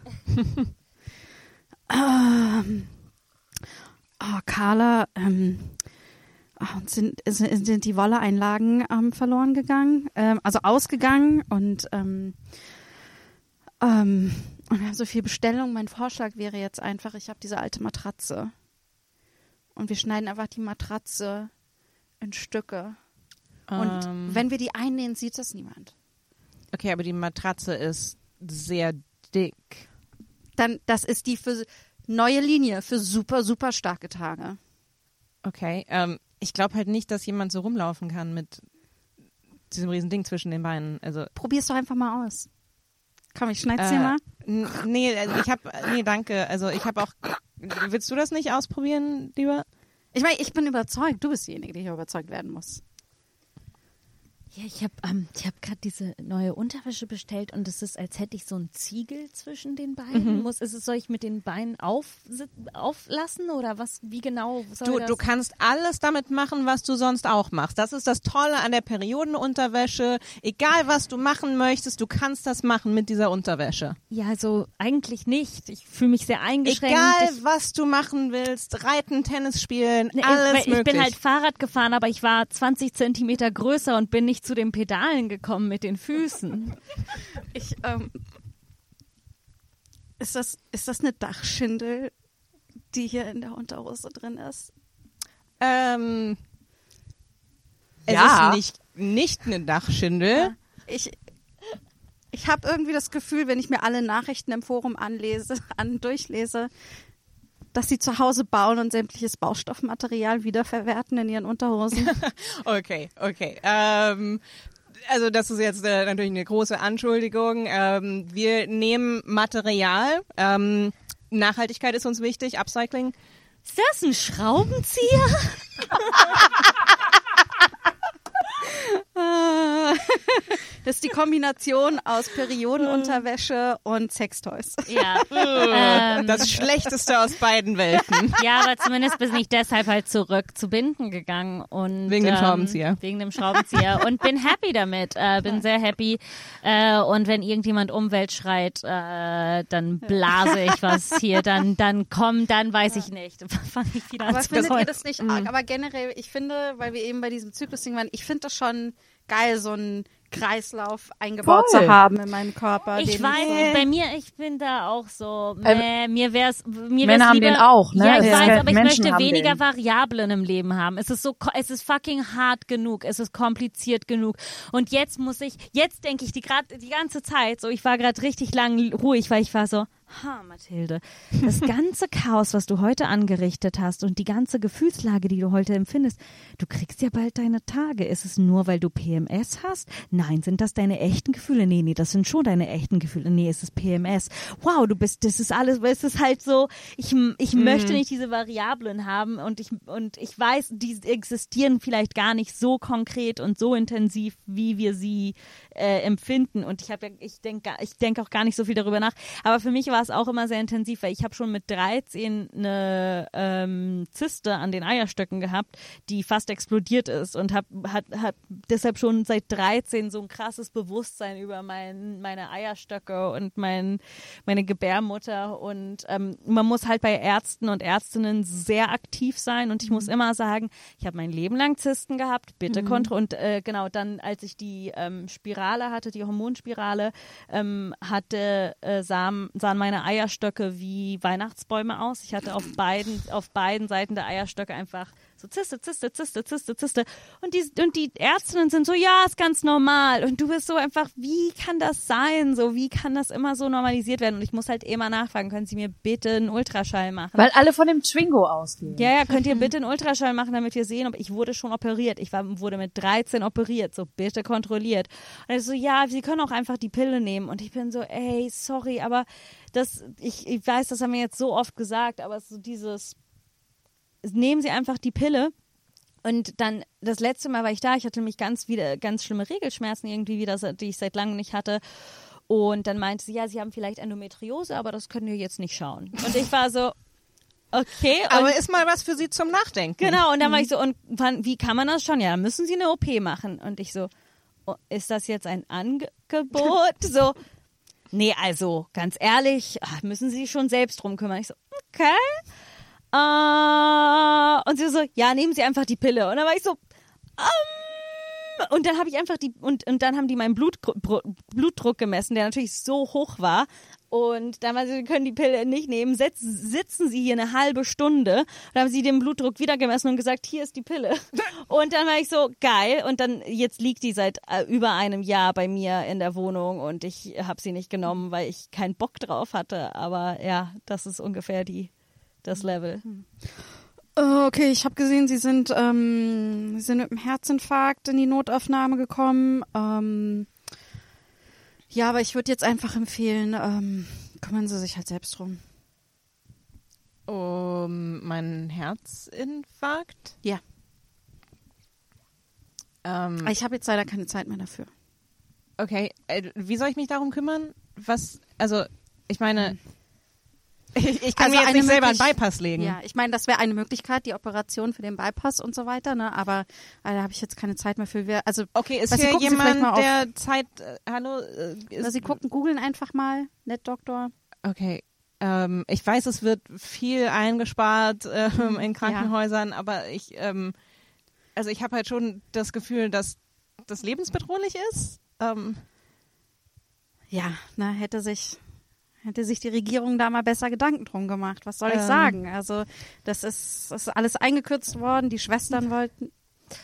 ähm, oh, Carla, ähm, oh, uns sind, sind, sind die Wolle-Einlagen ähm, verloren gegangen, ähm, also ausgegangen und, ähm, ähm, und wir haben so viel Bestellung. Mein Vorschlag wäre jetzt einfach, ich habe diese alte Matratze und wir schneiden einfach die Matratze in Stücke. Und Ähm, wenn wir die einnähen, sieht das niemand. okay, aber die Matratze ist sehr dick. Dann, das ist die für neue Linie für super, super starke Tage. Okay, ähm, ich glaube halt nicht, dass jemand so rumlaufen kann mit diesem riesen Ding zwischen den Beinen. Also Probier's doch einfach mal aus. Komm, ich schneid's dir äh, mal. n- nee, also ich habe nee, danke. Also ich habe auch. Willst du das nicht ausprobieren, lieber? Ich meine, ich bin überzeugt. Du bist diejenige, die hier überzeugt werden muss. Ja, ich habe ähm, ich hab gerade diese neue Unterwäsche bestellt und es ist, als hätte ich so einen Ziegel zwischen den Beinen. Mhm. Muss, ist es, soll ich mit den Beinen auf, auflassen oder was? Wie genau soll Du, das? du kannst alles damit machen, was du sonst auch machst. Das ist das Tolle an der Periodenunterwäsche. Egal, was du machen möchtest, du kannst das machen mit dieser Unterwäsche. Ja, also eigentlich nicht. Ich fühle mich sehr eingeschränkt. Egal, ich, was du machen willst, reiten, Tennis spielen, Ne, alles ich, ich möglich. bin halt Fahrrad gefahren, aber ich war zwanzig Zentimeter größer und bin nicht zu den Pedalen gekommen mit den Füßen. Ich, ähm, ist das, ist das eine Dachschindel, die hier in der Unterhose drin ist? ähm, es Ja. ist nicht, nicht eine Dachschindel. Ich, ich habe irgendwie das Gefühl, wenn ich mir alle Nachrichten im Forum anlese, an, durchlese, dass sie zu Hause bauen und sämtliches Baustoffmaterial wiederverwerten in ihren Unterhosen. Okay, okay. Ähm, also das ist jetzt äh, natürlich eine große Anschuldigung. Ähm, wir nehmen Material. Ähm, Nachhaltigkeit ist uns wichtig, Upcycling. Ist das ein Schraubenzieher? Das ist die Kombination aus Periodenunterwäsche und Sextoys. Ja. ähm, Das Schlechteste aus beiden Welten. Ja, aber zumindest bin ich deshalb halt zurück zu Binden gegangen und Wegen dem ähm, Schraubenzieher. Wegen dem Schraubenzieher und bin happy damit, äh, bin sehr happy. Äh, und wenn irgendjemand Umwelt schreit, äh, dann blase ich was hier, dann dann komm, dann weiß ich nicht, fange ich wieder an Aber zu findet ihr bereuen. das nicht arg? Aber generell, ich finde, weil wir eben bei diesem Zyklus-Ding waren, ich finde das schon geil, so einen Kreislauf eingebaut Voll. zu haben in meinem Körper. Ich den weiß, bei mir, ich bin da auch so, Ähm, meh, mir wär's, mir Männer wär's haben lieber, den auch, ne? Ja, ich Ja. weiß, aber ich Menschen möchte haben weniger den. Variablen im Leben haben. Es ist so, ko- es ist fucking hart genug, es ist kompliziert genug. Und jetzt muss ich, jetzt denke ich die gerade die ganze Zeit, so, ich war gerade richtig lang ruhig, weil ich war so, Ha, Mathilde, das ganze Chaos, was du heute angerichtet hast und die ganze Gefühlslage, die du heute empfindest, du kriegst ja bald deine Tage. Ist es nur, weil du P M S hast? Nein, sind das deine echten Gefühle? Nee, nee, das sind schon deine echten Gefühle. Nee, es ist P M S. Wow, du bist, das ist alles, es ist halt so, ich, ich mhm. möchte nicht diese Variablen haben und ich, und ich weiß, die existieren vielleicht gar nicht so konkret und so intensiv, wie wir sie äh, empfinden. Und ich habe ja, ich denke ich denk auch gar nicht so viel darüber nach. Aber für mich war es auch immer sehr intensiv, weil ich habe schon mit dreizehn eine ähm, Zyste an den Eierstöcken gehabt, die fast explodiert ist und habe hab, hab deshalb schon seit dreizehn so ein krasses Bewusstsein über mein, meine Eierstöcke und mein, meine Gebärmutter und ähm, man muss halt bei Ärzten und Ärztinnen sehr aktiv sein und ich muss immer sagen, ich habe mein Leben lang Zysten gehabt, bitte mhm. kontro und äh, genau, dann als ich die ähm, Spirale hatte, die Hormonspirale, ähm, hatte, äh, sahen, sahen meine Eierstöcke wie Weihnachtsbäume aus. Ich hatte auf beiden, auf beiden Seiten der Eierstöcke einfach so Zyste, Zyste, Zyste, Zyste, Zyste. Und die, und die Ärztinnen sind so, ja, ist ganz normal. Und du bist so einfach, wie kann das sein? So, wie kann das immer so normalisiert werden? Und ich muss halt immer nachfragen, können Sie mir bitte einen Ultraschall machen? Weil alle von dem Twingo ausgehen. Ja, ja, könnt ihr bitte einen Ultraschall machen, damit wir sehen, ob ich wurde schon operiert. Ich war, wurde mit dreizehn operiert, so bitte kontrolliert. Und er so, ja, Sie können auch einfach die Pille nehmen. Und ich bin so, ey, sorry, aber das, ich, ich weiß, das haben wir jetzt so oft gesagt, aber so dieses, nehmen Sie einfach die Pille. Und dann, das letzte Mal war ich da, ich hatte nämlich ganz wieder, ganz schlimme Regelschmerzen irgendwie wieder, die ich seit langem nicht hatte. Und dann meinte sie, ja, Sie haben vielleicht Endometriose, aber das können wir jetzt nicht schauen. Und ich war so, okay. Aber ist mal was für Sie zum Nachdenken. Genau, und dann war ich so, und wann, wie kann man das schon? Ja, dann müssen Sie eine O P machen. Und ich so, oh, ist das jetzt ein Angebot? So, nee, also, ganz ehrlich, ach, müssen Sie sich schon selbst drum kümmern. Ich so, okay. Uh, und sie so, ja, nehmen Sie einfach die Pille. Und dann war ich so, um, und dann habe ich einfach die, und, und dann haben die meinen Blut, Blutdruck gemessen, der natürlich so hoch war. Und dann war sie, Sie können die Pille nicht nehmen, setzen, sitzen Sie hier eine halbe Stunde. Dann haben sie den Blutdruck wieder gemessen und gesagt, hier ist die Pille. Und dann war ich so, geil. Und dann, jetzt liegt die seit äh, über einem Jahr bei mir in der Wohnung und ich habe sie nicht genommen, weil ich keinen Bock drauf hatte. Aber ja, das ist ungefähr die, das Level. Okay, ich habe gesehen, Sie sind, ähm, Sie sind mit einem Herzinfarkt in die Notaufnahme gekommen. Ähm, ja, aber ich würde jetzt einfach empfehlen, ähm, kümmern Sie sich halt selbst drum. Um meinen Herzinfarkt? Ja. Ähm, ich habe jetzt leider keine Zeit mehr dafür. Okay, äh, wie soll ich mich darum kümmern? Was, also, ich meine... Hm. Ich, ich kann also mir jetzt nicht selber einen möglich- Bypass legen. Ja, ich meine, das wäre eine Möglichkeit, die Operation für den Bypass und so weiter, ne? Aber äh, da habe ich jetzt keine Zeit mehr für. Wir, also Okay, ist was, Sie hier gucken Sie vielleicht jemand, mal auf- der Zeit... Äh, hallo? Äh, Also ist, Sie gucken, googeln einfach mal, NetDoktor. Okay, ähm, ich weiß, es wird viel eingespart ähm, in Krankenhäusern, aber ich... Ähm, also ich habe halt schon das Gefühl, dass das lebensbedrohlich ist. Ähm, Ja, na, hätte sich... Hätte sich die Regierung da mal besser Gedanken drum gemacht. Was soll ich Ähm. sagen? Also das ist, das ist alles eingekürzt worden. Die Schwestern wollten...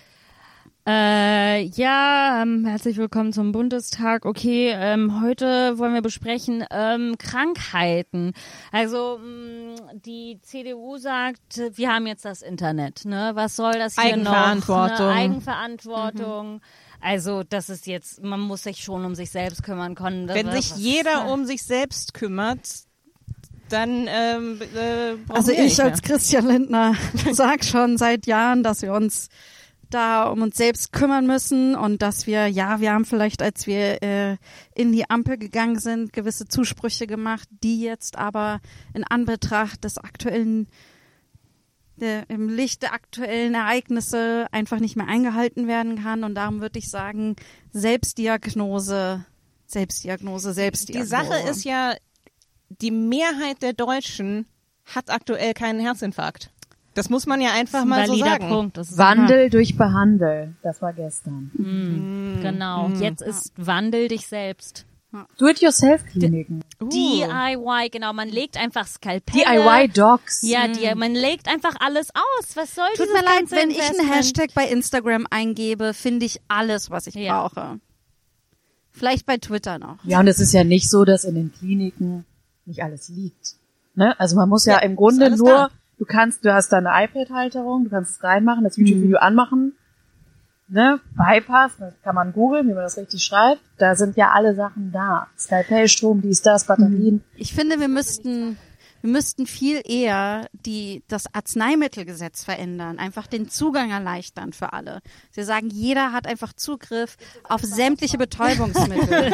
Äh, ja, ähm, herzlich willkommen zum Bundestag. Okay, ähm, heute wollen wir besprechen ähm, Krankheiten. Also mh, die C D U sagt, wir haben jetzt das Internet. Ne? Was soll das hier Eigenverantwortung. noch? Ne? Eigenverantwortung. Mhm. Also das ist jetzt, man muss sich schon um sich selbst kümmern können. Das Wenn war- sich was- jeder um sich selbst kümmert, dann ähm, äh, brauchen Also wir ich nicht mehr. als Christian Lindner sag schon seit Jahren, dass wir uns da um uns selbst kümmern müssen und dass wir, ja, wir haben vielleicht, als wir äh, in die Ampel gegangen sind, gewisse Zusprüche gemacht, die jetzt aber in Anbetracht des aktuellen, der, im Licht der aktuellen Ereignisse einfach nicht mehr eingehalten werden kann. Und darum würde ich sagen, Selbstdiagnose, Selbstdiagnose, Die Selbstdiagnose. Sache ist ja, die Mehrheit der Deutschen hat aktuell keinen Herzinfarkt. Das muss man ja einfach Das ist ein mal so valider sagen. Punkt. Das ist Wandel durch Behandel. Das war gestern. Mhm. Genau. Jetzt ist Wandel dich selbst. Do-it-yourself-Kliniken. Uh. D I Y, genau. Man legt einfach Skalpelle. D I Y-Docs. Ja, die, man legt einfach alles aus. Was soll Tut dieses mir leid, ganze wenn ich einen Investment? Hashtag bei Instagram eingebe, finde ich alles, was ich Ja. brauche. Vielleicht bei Twitter noch. Ja, und es ist ja nicht so, dass in den Kliniken nicht alles liegt. Ne? Also man muss ja, ja im Grunde nur, da. du kannst, du hast da eine iPad-Halterung, du kannst es reinmachen, das YouTube-Video mhm. anmachen, ne, Bypass, das kann man googeln, wie man das richtig schreibt, da sind ja alle Sachen da. Skalpellstrom, dies, das, Batterien. Ich finde, wir müssten Wir müssten viel eher die, das Arzneimittelgesetz verändern, einfach den Zugang erleichtern für alle. Sie sagen, jeder hat einfach Zugriff auf sämtliche Betäubungsmittel.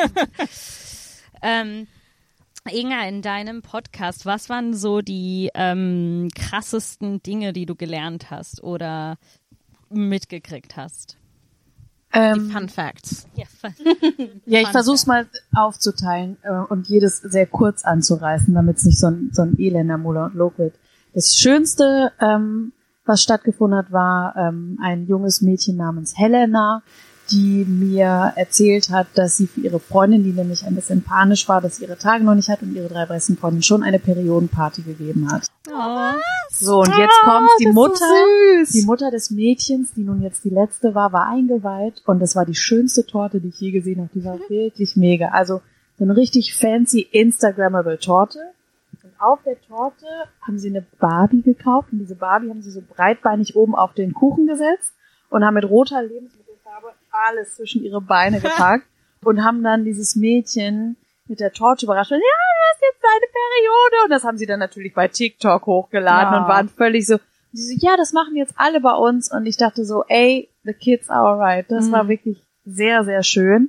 ähm, Inga, in deinem Podcast, was waren so die ähm, krassesten Dinge, die du gelernt hast oder mitgekriegt hast? Ähm, die Fun Facts. Ja, ja ich versuche es mal aufzuteilen äh, und jedes sehr kurz anzureißen, damit es nicht so ein, so ein elender Monolog wird. Das Schönste, ähm, was stattgefunden hat, war ähm, ein junges Mädchen namens Helena, die mir erzählt hat, dass sie für ihre Freundin, die nämlich ein bisschen panisch war, dass sie ihre Tage noch nicht hat und ihre drei besten Freundinnen schon eine Periodenparty gegeben hat. Oh. So, und jetzt kommt die Mutter, so die Mutter des Mädchens, die nun jetzt die letzte war, war eingeweiht und das war die schönste Torte, die ich je gesehen habe. Die war wirklich mega. Also so eine richtig fancy Instagrammable Torte. Und auf der Torte haben sie eine Barbie gekauft und diese Barbie haben sie so breitbeinig oben auf den Kuchen gesetzt und haben mit roter Lebensmittelfarbe alles zwischen ihre Beine gepackt und haben dann dieses Mädchen mit der Torte überrascht. Und, ja, das ist jetzt deine Periode. Und das haben sie dann natürlich bei TikTok hochgeladen ja. und waren völlig so, sie so, ja, das machen jetzt alle bei uns. Und ich dachte so, ey, the kids are alright. Das mhm. war wirklich sehr, sehr schön.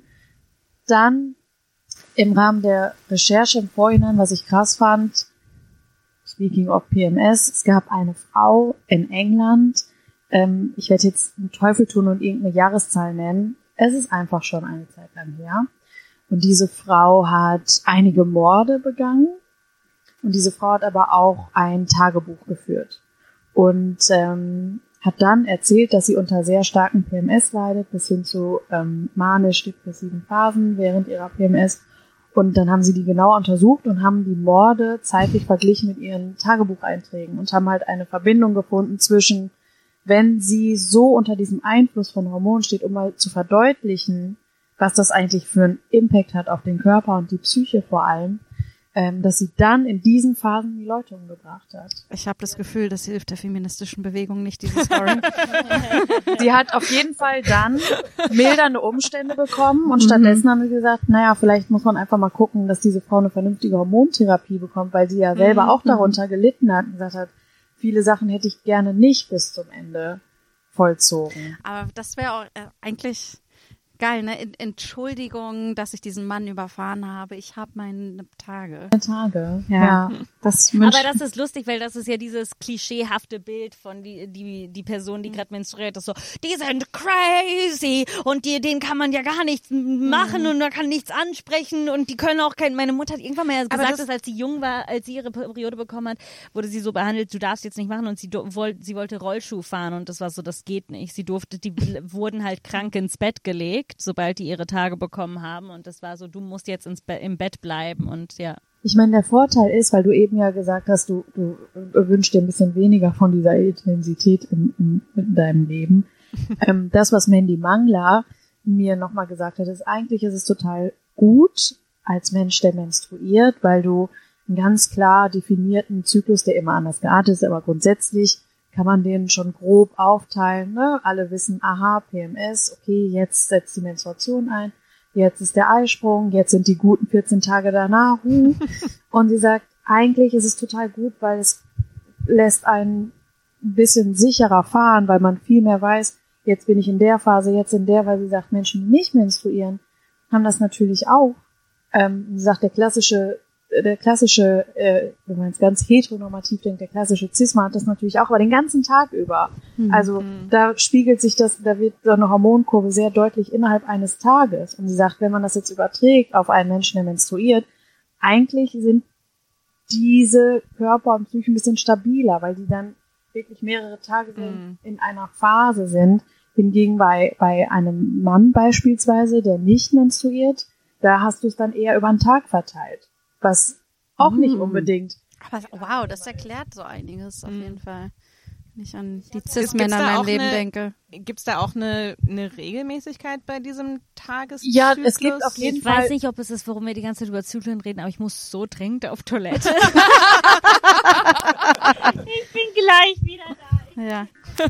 Dann im Rahmen der Recherche im Vorhinein, was ich krass fand, speaking of P M S, es gab eine Frau in England, ähm, ich werde jetzt einen Teufel tun und irgendeine Jahreszahl nennen. Es ist einfach schon eine Zeit lang her. Und diese Frau hat einige Morde begangen. Und diese Frau hat aber auch ein Tagebuch geführt. Und ähm, hat dann erzählt, dass sie unter sehr starken P M S leidet, bis hin zu ähm, manisch-depressiven Phasen während ihrer P M S. Und dann haben sie die genauer untersucht und haben die Morde zeitlich verglichen mit ihren Tagebucheinträgen und haben halt eine Verbindung gefunden zwischen, wenn sie so unter diesem Einfluss von Hormonen steht, um mal zu verdeutlichen, was das eigentlich für einen Impact hat auf den Körper und die Psyche vor allem, ähm, dass sie dann in diesen Phasen die Leute umgebracht hat. Ich habe das Gefühl, das hilft der feministischen Bewegung nicht, diese Story. Sie hat auf jeden Fall dann mildernde Umstände bekommen und mhm. stattdessen haben sie gesagt, naja, vielleicht muss man einfach mal gucken, dass diese Frau eine vernünftige Hormontherapie bekommt, weil sie ja selber mhm. auch darunter gelitten hat und gesagt hat, viele Sachen hätte ich gerne nicht bis zum Ende vollzogen. Aber das wäre auch äh, eigentlich geil, ne? Entschuldigung, dass ich diesen Mann überfahren habe. Ich habe meine Tage. Meine Tage, ja. ja. Das Aber das ist lustig, weil das ist ja dieses klischeehafte Bild von die die die Person, die gerade menstruiert, ist so, die sind crazy und die, denen kann man ja gar nichts machen mhm. und man kann nichts ansprechen und die können auch kein. Meine Mutter hat irgendwann mal gesagt, das, dass als sie jung war, als sie ihre Periode bekommen hat, wurde sie so behandelt, du darfst jetzt nicht machen und sie wollte sie wollte Rollschuh fahren und das war so, das geht nicht. Sie durfte, die wurden halt krank ins Bett gelegt, sobald die ihre Tage bekommen haben und das war so, du musst jetzt ins Be- im Bett bleiben und ja. Ich meine, der Vorteil ist, weil du eben ja gesagt hast, du, du wünschst dir ein bisschen weniger von dieser Intensität in, in, in deinem Leben. ähm, das, was Mandy Mangler mir nochmal gesagt hat, ist, eigentlich ist es total gut als Mensch, der menstruiert, weil du einen ganz klar definierten Zyklus, der immer anders geartet ist, aber grundsätzlich kann man den schon grob aufteilen. Ne? Alle wissen, aha, P M S, okay, jetzt setzt die Menstruation ein, jetzt ist der Eisprung, jetzt sind die guten vierzehn Tage danach. Uh. Und sie sagt, eigentlich ist es total gut, weil es lässt einen ein bisschen sicherer fahren, weil man viel mehr weiß, jetzt bin ich in der Phase, jetzt in der, weil sie sagt, Menschen, die nicht menstruieren, haben das natürlich auch. Ähm, sie sagt, der klassische der klassische, äh, wenn man jetzt ganz heteronormativ denkt, der klassische Cis-Mann hat das natürlich auch, aber den ganzen Tag über. Mhm. Also da spiegelt sich das, da wird so eine Hormonkurve sehr deutlich innerhalb eines Tages. Und sie sagt, wenn man das jetzt überträgt auf einen Menschen, der menstruiert, eigentlich sind diese Körper und Psyche ein bisschen stabiler, weil die dann wirklich mehrere Tage mhm. in einer Phase sind. Hingegen bei, bei einem Mann beispielsweise, der nicht menstruiert, da hast du es dann eher über den Tag verteilt. Was auch mm. nicht unbedingt. Aber wow, das erklärt so einiges auf mm. jeden Fall. Wenn ich an die Gibt's Cis-Männer in da meinem auch Leben eine- denke. Gibt's da auch eine, eine Regelmäßigkeit bei diesem Tageszyklus? Ja, es gibt auf jeden Ich Fall. weiß nicht, ob es ist, warum wir die ganze Zeit über Zyklen reden, aber ich muss so dringend auf Toilette. Ich bin gleich wieder da. Ja.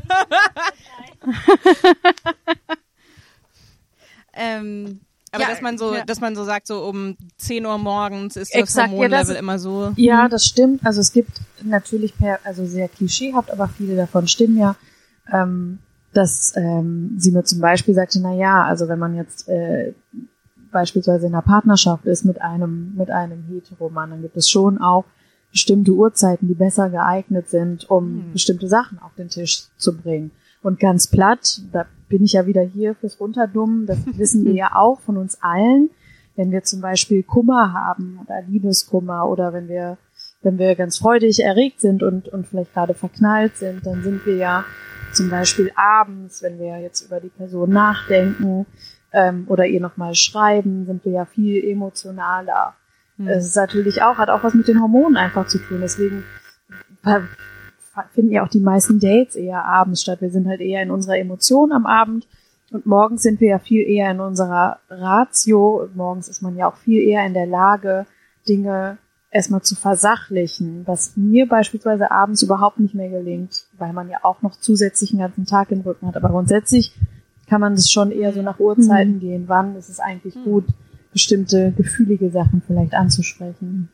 ähm, Aber ja, dass man so, ja. dass man so sagt, so um zehn Uhr morgens ist das Exakt, ja, Hormonlevel das- immer so. Ja, das stimmt. Also es gibt natürlich per, also sehr klischeehaft, aber viele davon stimmen ja, ähm, dass ähm, sie mir zum Beispiel sagte, na ja, also wenn man jetzt äh, beispielsweise in einer Partnerschaft ist mit einem mit einem Heteromann, dann gibt es schon auch bestimmte Uhrzeiten, die besser geeignet sind, um Hm. bestimmte Sachen auf den Tisch zu bringen. Und ganz platt, da bin ich ja wieder hier fürs Runterdummen, das wissen wir ja auch von uns allen, wenn wir zum Beispiel Kummer haben oder Liebeskummer oder wenn wir wenn wir ganz freudig erregt sind und und vielleicht gerade verknallt sind, dann sind wir ja zum Beispiel abends, wenn wir jetzt über die Person nachdenken ähm, oder ihr nochmal schreiben, sind wir ja viel emotionaler. Hm. Es ist natürlich auch, hat auch was mit den Hormonen einfach zu tun. Deswegen ver- finden ja auch die meisten Dates eher abends statt. Wir sind halt eher in unserer Emotion am Abend und morgens sind wir ja viel eher in unserer Ratio. Morgens ist man ja auch viel eher in der Lage, Dinge erstmal zu versachlichen, was mir beispielsweise abends überhaupt nicht mehr gelingt, weil man ja auch noch zusätzlich einen ganzen Tag im Rücken hat. Aber grundsätzlich kann man das schon eher so nach Uhrzeiten gehen. Wann ist es eigentlich gut, bestimmte gefühlige Sachen vielleicht anzusprechen?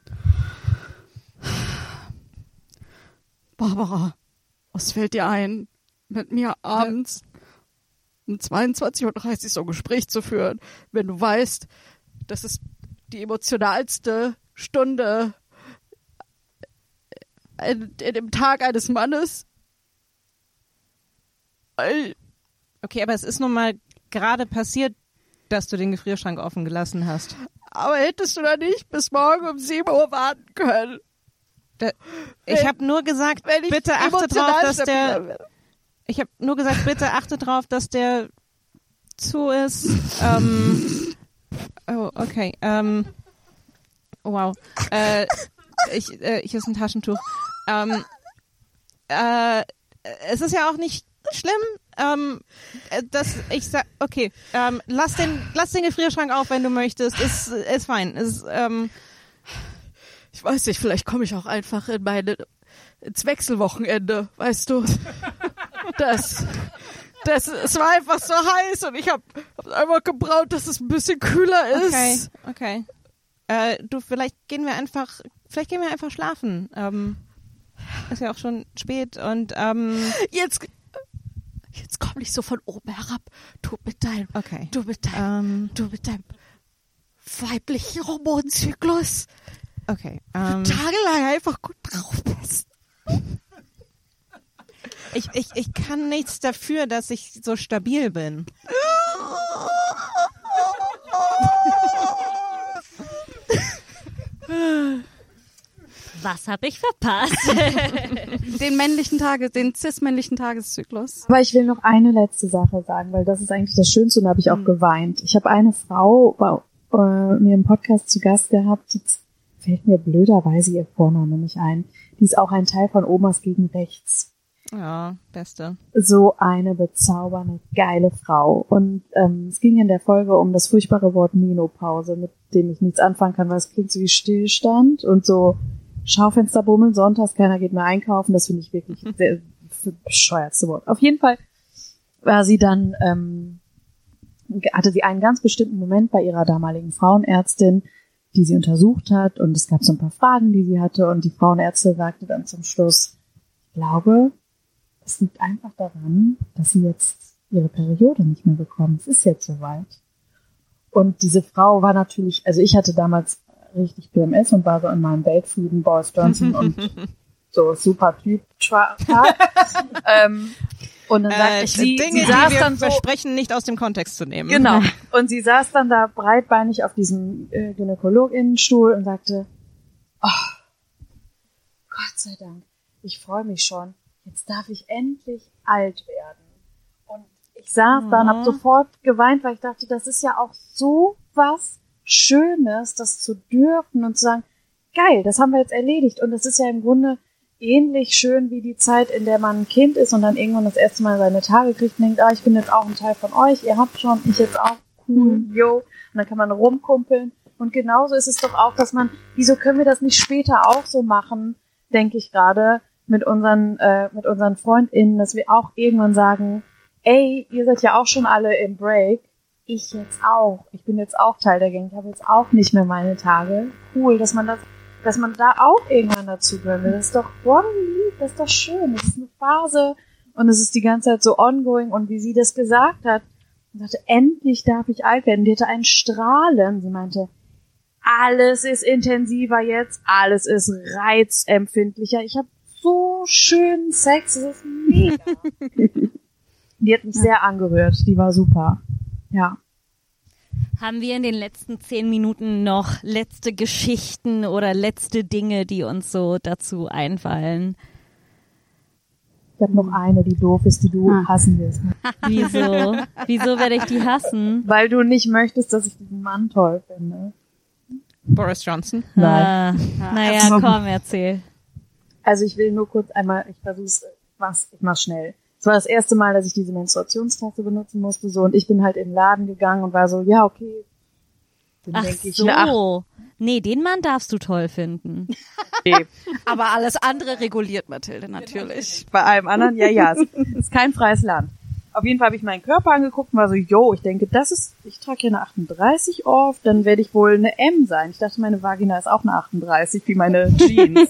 Barbara, was fällt dir ein, mit mir abends um zweiundzwanzig Uhr dreißig so ein Gespräch zu führen, wenn du weißt, das ist die emotionalste Stunde in, in dem Tag eines Mannes? Ey, Okay, aber es ist nun mal gerade passiert, dass du den Gefrierschrank offen gelassen hast. aber hättest du da nicht bis morgen um sieben Uhr warten können? Da, ich habe nur gesagt, Wenn ich bitte achte drauf, emotional dass der. stabiler werde. Ich habe nur gesagt, bitte achte drauf, dass der zu ist. Ähm, oh, okay. Ähm, oh, wow. Äh, ich, äh, hier ist ein Taschentuch. Ähm, äh, es ist ja auch nicht schlimm. Ähm, äh, dass ich sag, okay, ähm, lass den, lass den Gefrierschrank auf, wenn du möchtest. Ist, ist fein. Ist, ähm, Ich weiß nicht, vielleicht komme ich auch einfach in meine ins Wechselwochenende, weißt du? Das, das, es war einfach so heiß und ich habe hab einfach gebraucht, dass es ein bisschen kühler okay, ist. okay. Äh, du, vielleicht gehen wir einfach, vielleicht gehen wir einfach schlafen. Ähm, ist ja auch schon spät und ähm, Jetzt, jetzt komm nicht so von oben herab. Du mit deinem, okay. du mit deinem, Ähm, du mit deinem weiblichen Hormonzyklus okay. Ähm, tagelang einfach gut drauf bist. ich, ich, ich kann nichts dafür, dass ich so stabil bin. Was habe ich verpasst? Den männlichen Tages, den cis-männlichen Tageszyklus. Aber ich will noch eine letzte Sache sagen, weil das ist eigentlich das Schönste und da habe ich auch geweint. Ich habe eine Frau bei äh, mir im Podcast zu Gast gehabt, jetzt fällt mir blöderweise ihr Vorname nicht ein. Die ist auch ein Teil von Omas gegen Rechts. Ja, beste. So eine bezaubernde, geile Frau. Und ähm, es ging in der Folge um das furchtbare Wort Menopause, mit dem ich nichts anfangen kann, weil es klingt so wie Stillstand und so Schaufensterbummeln sonntags, keiner geht mehr einkaufen. Das finde ich wirklich sehr bescheuertste Wort. Auf jeden Fall war sie dann, ähm, hatte sie einen ganz bestimmten Moment bei ihrer damaligen Frauenärztin, die sie untersucht hat, und es gab so ein paar Fragen, die sie hatte, und die Frauenärztin sagte dann zum Schluss, ich glaube, es liegt einfach daran, dass sie jetzt ihre Periode nicht mehr bekommt. Es ist jetzt soweit. Und diese Frau war natürlich, also ich hatte damals richtig P M S und war so in meinem Weltfrieden, Boris Johnson und so super Typ. ähm, und dann sagte Äh, ich, sie, Dinge, sie saß die wir dann so, versprechen, nicht aus dem Kontext zu nehmen. genau. Und sie saß dann da breitbeinig auf diesem äh, Gynäkologinnenstuhl und sagte, oh, Gott sei Dank, ich freue mich schon. Jetzt darf ich endlich alt werden. Und ich saß da und habe sofort geweint, weil ich dachte, das ist ja auch so was Schönes, das zu dürfen und zu sagen, geil, das haben wir jetzt erledigt. Und das ist ja im Grunde ähnlich schön wie die Zeit, in der man ein Kind ist und dann irgendwann das erste Mal seine Tage kriegt und denkt, ah, ich bin jetzt auch ein Teil von euch, ihr habt schon, ich jetzt auch, cool, yo. Und dann kann man rumkumpeln. Und genauso ist es doch auch, dass man, wieso können wir das nicht später auch so machen, denke ich gerade, mit unseren, äh, mit unseren FreundInnen, dass wir auch irgendwann sagen, ey, ihr seid ja auch schon alle im Break, ich jetzt auch, ich bin jetzt auch Teil der Gang, ich habe jetzt auch nicht mehr meine Tage. Cool, dass man das, dass man da auch irgendwann dazu gehört. Das ist doch, wow, das ist doch schön, das ist eine Phase und es ist die ganze Zeit so ongoing und wie sie das gesagt hat, und sagte, endlich darf ich alt werden. Die hatte einen Strahlen. Sie meinte, alles ist intensiver jetzt, alles ist reizempfindlicher. Ich habe so schönen Sex, das ist mega. Die hat mich sehr angerührt, die war super. Ja. Haben wir in den letzten zehn Minuten noch letzte Geschichten oder letzte Dinge, die uns so dazu einfallen? Ich habe noch eine, die doof ist, die du Ah. hassen wirst. Ne? Wieso? Wieso werde ich die hassen? Weil du nicht möchtest, dass ich diesen Mann toll finde. Boris Johnson. Ah, naja, Also- komm, erzähl. Also ich will nur kurz einmal, ich versuch's, ich mach's, ich mach's schnell. Es war das erste Mal, dass ich diese Menstruationstasse benutzen musste, so, und ich bin halt in den Laden gegangen und war so, ja, okay. Dann Ach denk ich, eine so. Nee, den Mann darfst du toll finden. acht. Aber alles andere reguliert Mathilde natürlich. Bei allem anderen, ja, ja, es ist kein freies Land. Auf jeden Fall habe ich meinen Körper angeguckt und war so, yo, ich denke, das ist, ich trage hier eine achtunddreißig oft, dann werde ich wohl eine M sein. Ich dachte, meine Vagina ist auch eine achtunddreißig, wie meine Jeans.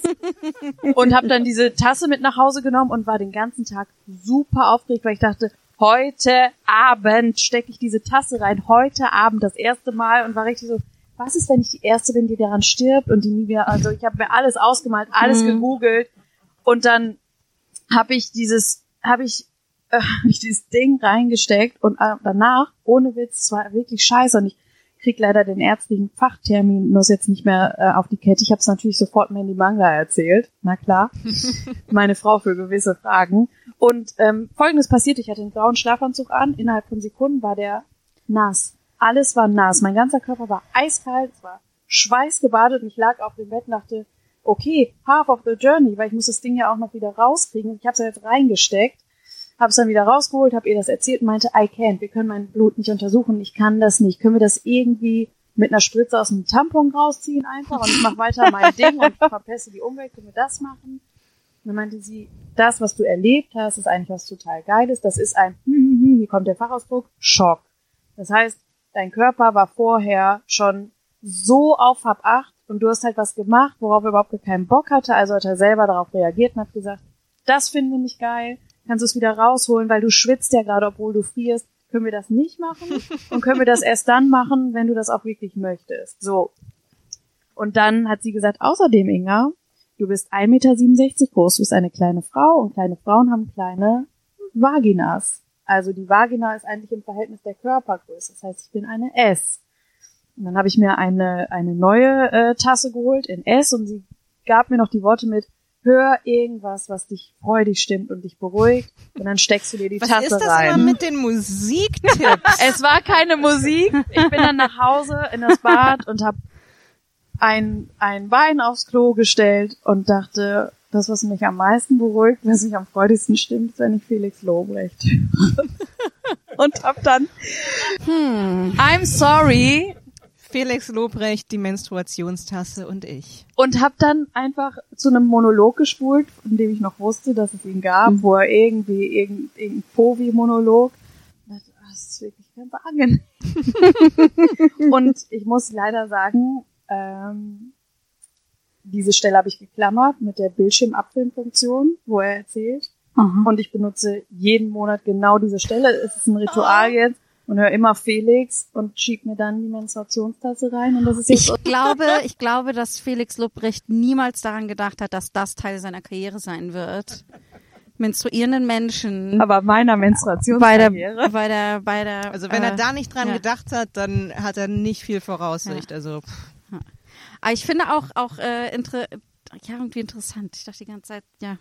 Und habe dann diese Tasse mit nach Hause genommen und war den ganzen Tag super aufgeregt, weil ich dachte, heute Abend stecke ich diese Tasse rein, heute Abend das erste Mal, und war richtig so, was ist, wenn ich die Erste bin, die daran stirbt und die nie wieder, also ich habe mir alles ausgemalt, alles Mhm. gegoogelt, und dann habe ich dieses, habe ich äh, hab ich dieses Ding reingesteckt und äh, danach, ohne Witz, es war wirklich scheiße und ich krieg leider den ärztlichen Fachterminus jetzt nicht mehr äh, auf die Kette. Ich habe es natürlich sofort Mandy Mangler erzählt, na klar, meine Frau für gewisse Fragen. Und ähm, Folgendes passiert, ich hatte einen grauen Schlafanzug an, innerhalb von Sekunden war der nass. Alles war nass, mein ganzer Körper war eiskalt, es war schweißgebadet und ich lag auf dem Bett und dachte, okay, half of the journey, weil ich muss das Ding ja auch noch wieder rauskriegen. Ich habe es ja jetzt reingesteckt, habe es dann wieder rausgeholt, habe ihr das erzählt und meinte, I can't, wir können mein Blut nicht untersuchen, ich kann das nicht. Können wir das irgendwie mit einer Spritze aus einem Tampon rausziehen einfach und ich mache weiter mein Ding und verpesse die Umwelt, können wir das machen? Und dann meinte sie, das, was du erlebt hast, ist eigentlich was total Geiles. Das ist ein, hm, hm, hm, hier kommt der Fachausdruck, Schock. Das heißt, dein Körper war vorher schon so auf Hab acht und du hast halt was gemacht, worauf er überhaupt keinen Bock hatte, also hat er selber darauf reagiert und hat gesagt, das finden wir nicht geil, kannst du es wieder rausholen, weil du schwitzt ja gerade, obwohl du frierst. Können wir das nicht machen? Und können wir das erst dann machen, wenn du das auch wirklich möchtest? So. Und dann hat sie gesagt, außerdem, Inga, du bist ein Meter siebenundsechzig groß, du bist eine kleine Frau und kleine Frauen haben kleine Vaginas. Also die Vagina ist eigentlich im Verhältnis der Körpergröße. Das heißt, ich bin eine S. Und dann habe ich mir eine eine neue äh, Tasse geholt in S und sie gab mir noch die Worte mit, hör irgendwas, was dich freudig stimmt und dich beruhigt, und dann steckst du dir die Was Tasse ist das rein. immer mit den Musiktipps? Es war keine Musik. Ich bin dann nach Hause in das Bad und habe ein ein Bein aufs Klo gestellt und dachte, das, was mich am meisten beruhigt, was mich am freudigsten stimmt, ist, wenn ich Felix Lobrecht höre. Und hab dann Hm. I'm sorry Felix Lobrecht, die Menstruationstasse und ich. und hab dann einfach zu einem Monolog gespult, von dem ich noch wusste, dass es ihn gab, wo er irgendwie irgendein, irgendein Povi-Monolog. Und dachte, ah, das ist wirklich ganz angenehm. Und ich muss leider sagen, ähm, diese Stelle habe ich geklammert mit der Bildschirmabfilmfunktion, wo er erzählt. Aha. Und ich benutze jeden Monat genau diese Stelle. Es ist ein Ritual jetzt. Und höre immer Felix und schieb mir dann die Menstruationstasse rein. Und das ist jetzt Ich glaube, ich glaube, dass Felix Lobrecht niemals daran gedacht hat, dass das Teil seiner Karriere sein wird. Menstruierenden Menschen aber meiner bei der, Menstruationskarriere. bei der, bei der. Also wenn äh, er da nicht dran ja. gedacht hat, dann hat er nicht viel Voraussicht. Also pff. Aber ich finde auch, auch äh, inter, ja, irgendwie interessant. Ich dachte die ganze Zeit, ja,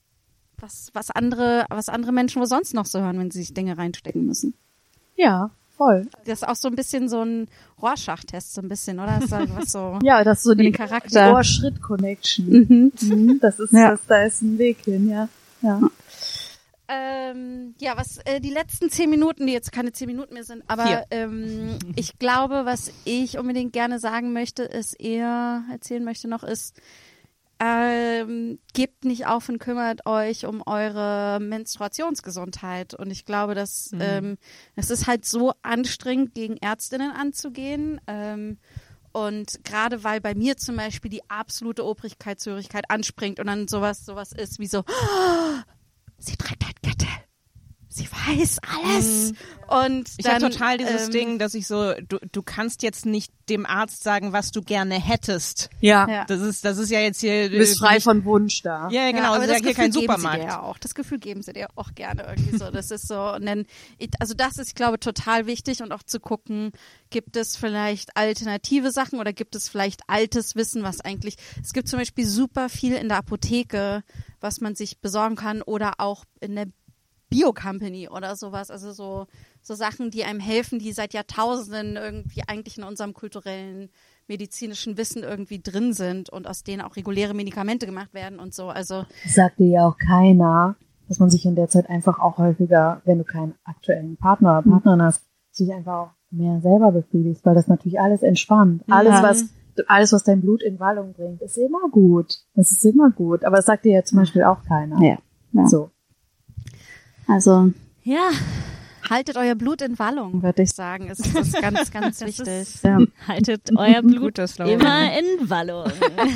was, was andere, was andere Menschen wohl sonst noch so hören, wenn sie sich Dinge reinstecken müssen. Ja, voll. Das ist auch so ein bisschen so ein Rorschach-Test, so ein bisschen, oder? Das ist halt was so Ja, das ist so die, den Charakter. die Ohr-Schritt-Connection. Mhm. Mhm, das ist, Ja. das, da ist ein Weg hin, ja. Ja. Ähm, ja, was äh, die letzten zehn Minuten, die jetzt keine zehn Minuten mehr sind, aber Vier. ähm, ich glaube, was ich unbedingt gerne sagen möchte, ist eher erzählen möchte noch, ist ähm, gebt nicht auf und kümmert euch um eure Menstruationsgesundheit. Und ich glaube, dass Mhm. ähm, es ist halt so anstrengend, gegen Ärztinnen anzugehen. Ähm, und gerade weil bei mir zum Beispiel die absolute Obrigkeitshörigkeit anspringt und dann sowas, sowas ist wie so, oh, sie trägt halt Kette. Sie weiß alles. Mhm. Und Ich dann, habe total dieses ähm, Ding, dass ich so, du, du kannst jetzt nicht dem Arzt sagen, was du gerne hättest. Ja. Ja. Das ist, das ist ja jetzt hier. Du bist frei nicht- von Wunsch da. Ja, genau. aber das das ist ja hier Gefühl kein geben Supermarkt. sie dir ja auch. Das Gefühl geben sie dir auch gerne irgendwie so. Das ist so. Und dann, ich- also das ist, ich glaube, total wichtig und auch zu gucken, gibt es vielleicht alternative Sachen oder gibt es vielleicht altes Wissen, was eigentlich, es gibt zum Beispiel super viel in der Apotheke, was man sich besorgen kann oder auch in der Bio-Company oder sowas. Also so, so Sachen, die einem helfen, die seit Jahrtausenden irgendwie eigentlich in unserem kulturellen medizinischen Wissen irgendwie drin sind und aus denen auch reguläre Medikamente gemacht werden und so. Also Das sagt dir ja auch keiner, dass man sich in der Zeit einfach auch häufiger, wenn du keinen aktuellen Partner oder Partnerin hast, sich einfach auch mehr selber befriedigst, weil das natürlich alles entspannt. Alles, Ja. was alles, was dein Blut in Wallung bringt, ist immer gut. Das ist immer gut. Aber das sagt dir ja zum Beispiel auch keiner. Ja. Ja. So. Also Ja, haltet euer Blut in Wallung, würde ich sagen. Es ist ganz, ganz Das wichtig. ist- Ja. haltet euer Blut Guter Slogan. immer in Wallung.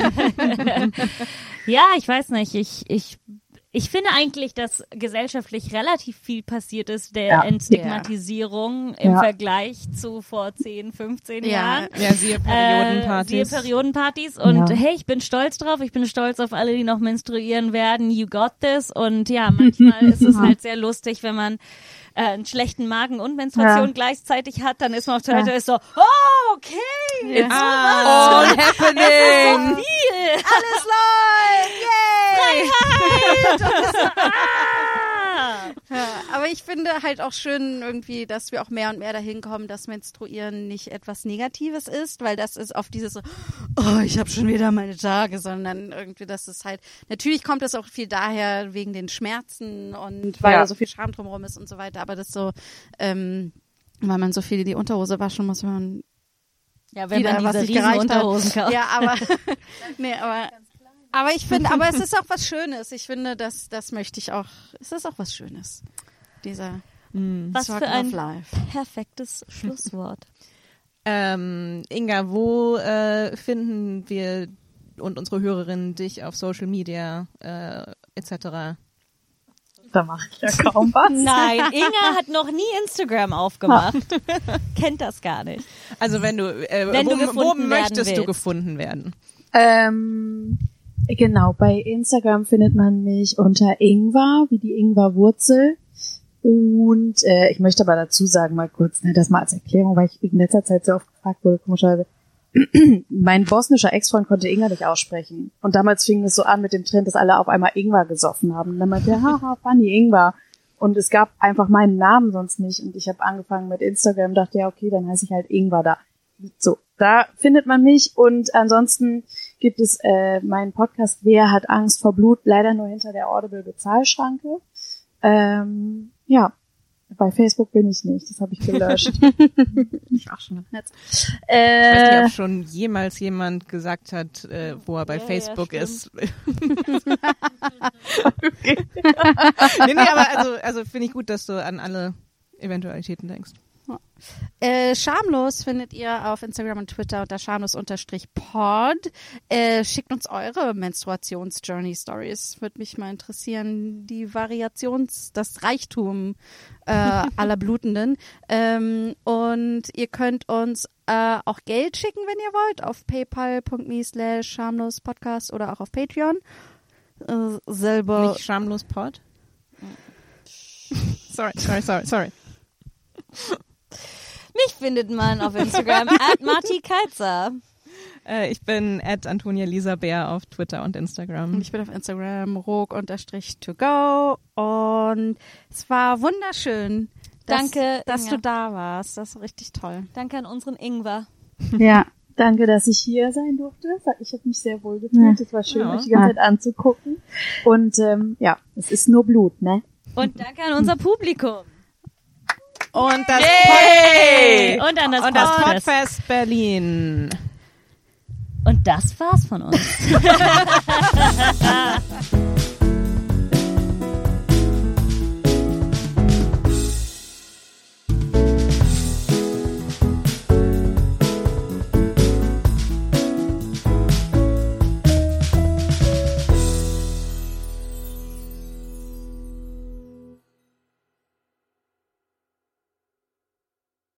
Ja, ich weiß nicht. Ich, ich, ich finde eigentlich, dass gesellschaftlich relativ viel passiert ist, der Ja. Entstigmatisierung im Ja. Vergleich zu vor zehn, fünfzehn Ja. Jahren. Ja, siehe Äh, Periodenpartys. siehe Periodenpartys und Ja. hey, ich bin stolz drauf, ich bin stolz auf alle, die noch menstruieren werden, you got this und ja, manchmal ist es halt sehr lustig, wenn man äh, einen schlechten Magen und Menstruation Ja. gleichzeitig hat, dann ist man auf Toilette, ist so, oh, okay, jetzt Ah, all so happening. viel, Alles läuft! Yay! ah! Ja, aber ich finde halt auch schön irgendwie, dass wir auch mehr und mehr dahin kommen, dass Menstruieren nicht etwas Negatives ist, weil das ist auf dieses so, oh, ich habe schon wieder meine Tage, sondern irgendwie, das ist halt, natürlich kommt das auch viel daher wegen den Schmerzen und weil Ja. da so viel Scham drumherum ist und so weiter, aber das so, ähm, weil man so viel in die Unterhose waschen muss, wenn man Ja, wenn wieder man was diese nicht riesen gereicht hat. Unterhosen kauft. Ja, aber nee, aber aber ich finde, aber es ist auch was Schönes. Ich finde, das das möchte ich auch. Es ist auch was Schönes. Dieser Was Circle für ein of Life. perfektes Schlusswort. Ähm, Inga, wo äh, finden wir und unsere Hörerinnen dich auf Social Media äh, et cetera? Da mache ich ja kaum was. Nein, Inga hat noch nie Instagram aufgemacht. Kennt das gar nicht. Also wenn du, äh, Wenn wo, du gefunden wo werden möchtest du willst. gefunden werden? Ähm, genau, bei Instagram findet man mich unter Ingwer, wie die Ingwerwurzel. Und äh, ich möchte aber dazu sagen, mal kurz, ne, das mal als Erklärung, weil ich in letzter Zeit so oft gefragt wurde, komischerweise, mein bosnischer Ex-Freund konnte Ingwer nicht aussprechen. Und damals fing es so an mit dem Trend, dass alle auf einmal Ingwer gesoffen haben. Und dann meinte er, haha, funny, Ingwer. Und es gab einfach meinen Namen sonst nicht. Und ich habe angefangen mit Instagram, dachte, ja, okay, dann heiße ich halt Ingwer da. So, da findet man mich. Und ansonsten gibt es äh, meinen Podcast Wer hat Angst vor Blut, leider nur hinter der Audible-Bezahlschranke. Ähm, ja, bei Facebook bin ich nicht, das habe ich gelöscht. Ich auch schon im Netz. Ich weiß Äh, nicht, ob schon jemals jemand gesagt hat, äh, wo er bei Ja, ja, Facebook stimmt. ist. Okay. nee, nee, aber also, also finde ich gut, dass du an alle Eventualitäten denkst. Äh, Schamlos findet ihr auf Instagram und Twitter unter schamlos-pod. Äh, schickt uns eure Menstruations-Journey-Stories. Würde mich mal interessieren, die Variations-, das Reichtum äh, aller Blutenden. Ähm, und ihr könnt uns äh, auch Geld schicken, wenn ihr wollt, auf paypal.me slash schamlospodcast oder auch auf Patreon. Äh, selber. Nicht schamlos Pod? sorry, sorry, sorry, sorry. Mich findet man auf Instagram at Marti Keizer. Äh, ich bin at Antonia Lisa Bär auf Twitter und Instagram. Und ich bin auf Instagram rog-to go und es war wunderschön, dass, Danke, dass Inga. du da warst. Das ist richtig toll. Danke an unseren Ingwer. Ja, danke, dass ich hier sein durfte. Ich habe mich sehr wohl gefühlt. Es war schön, Ja. euch die ganze Zeit anzugucken. Und ähm, ja, es ist nur Blut, ne? Und danke an unser Publikum. Und das, Yay! Und an das und das Podfest. Podfest Berlin. Und das war's von uns.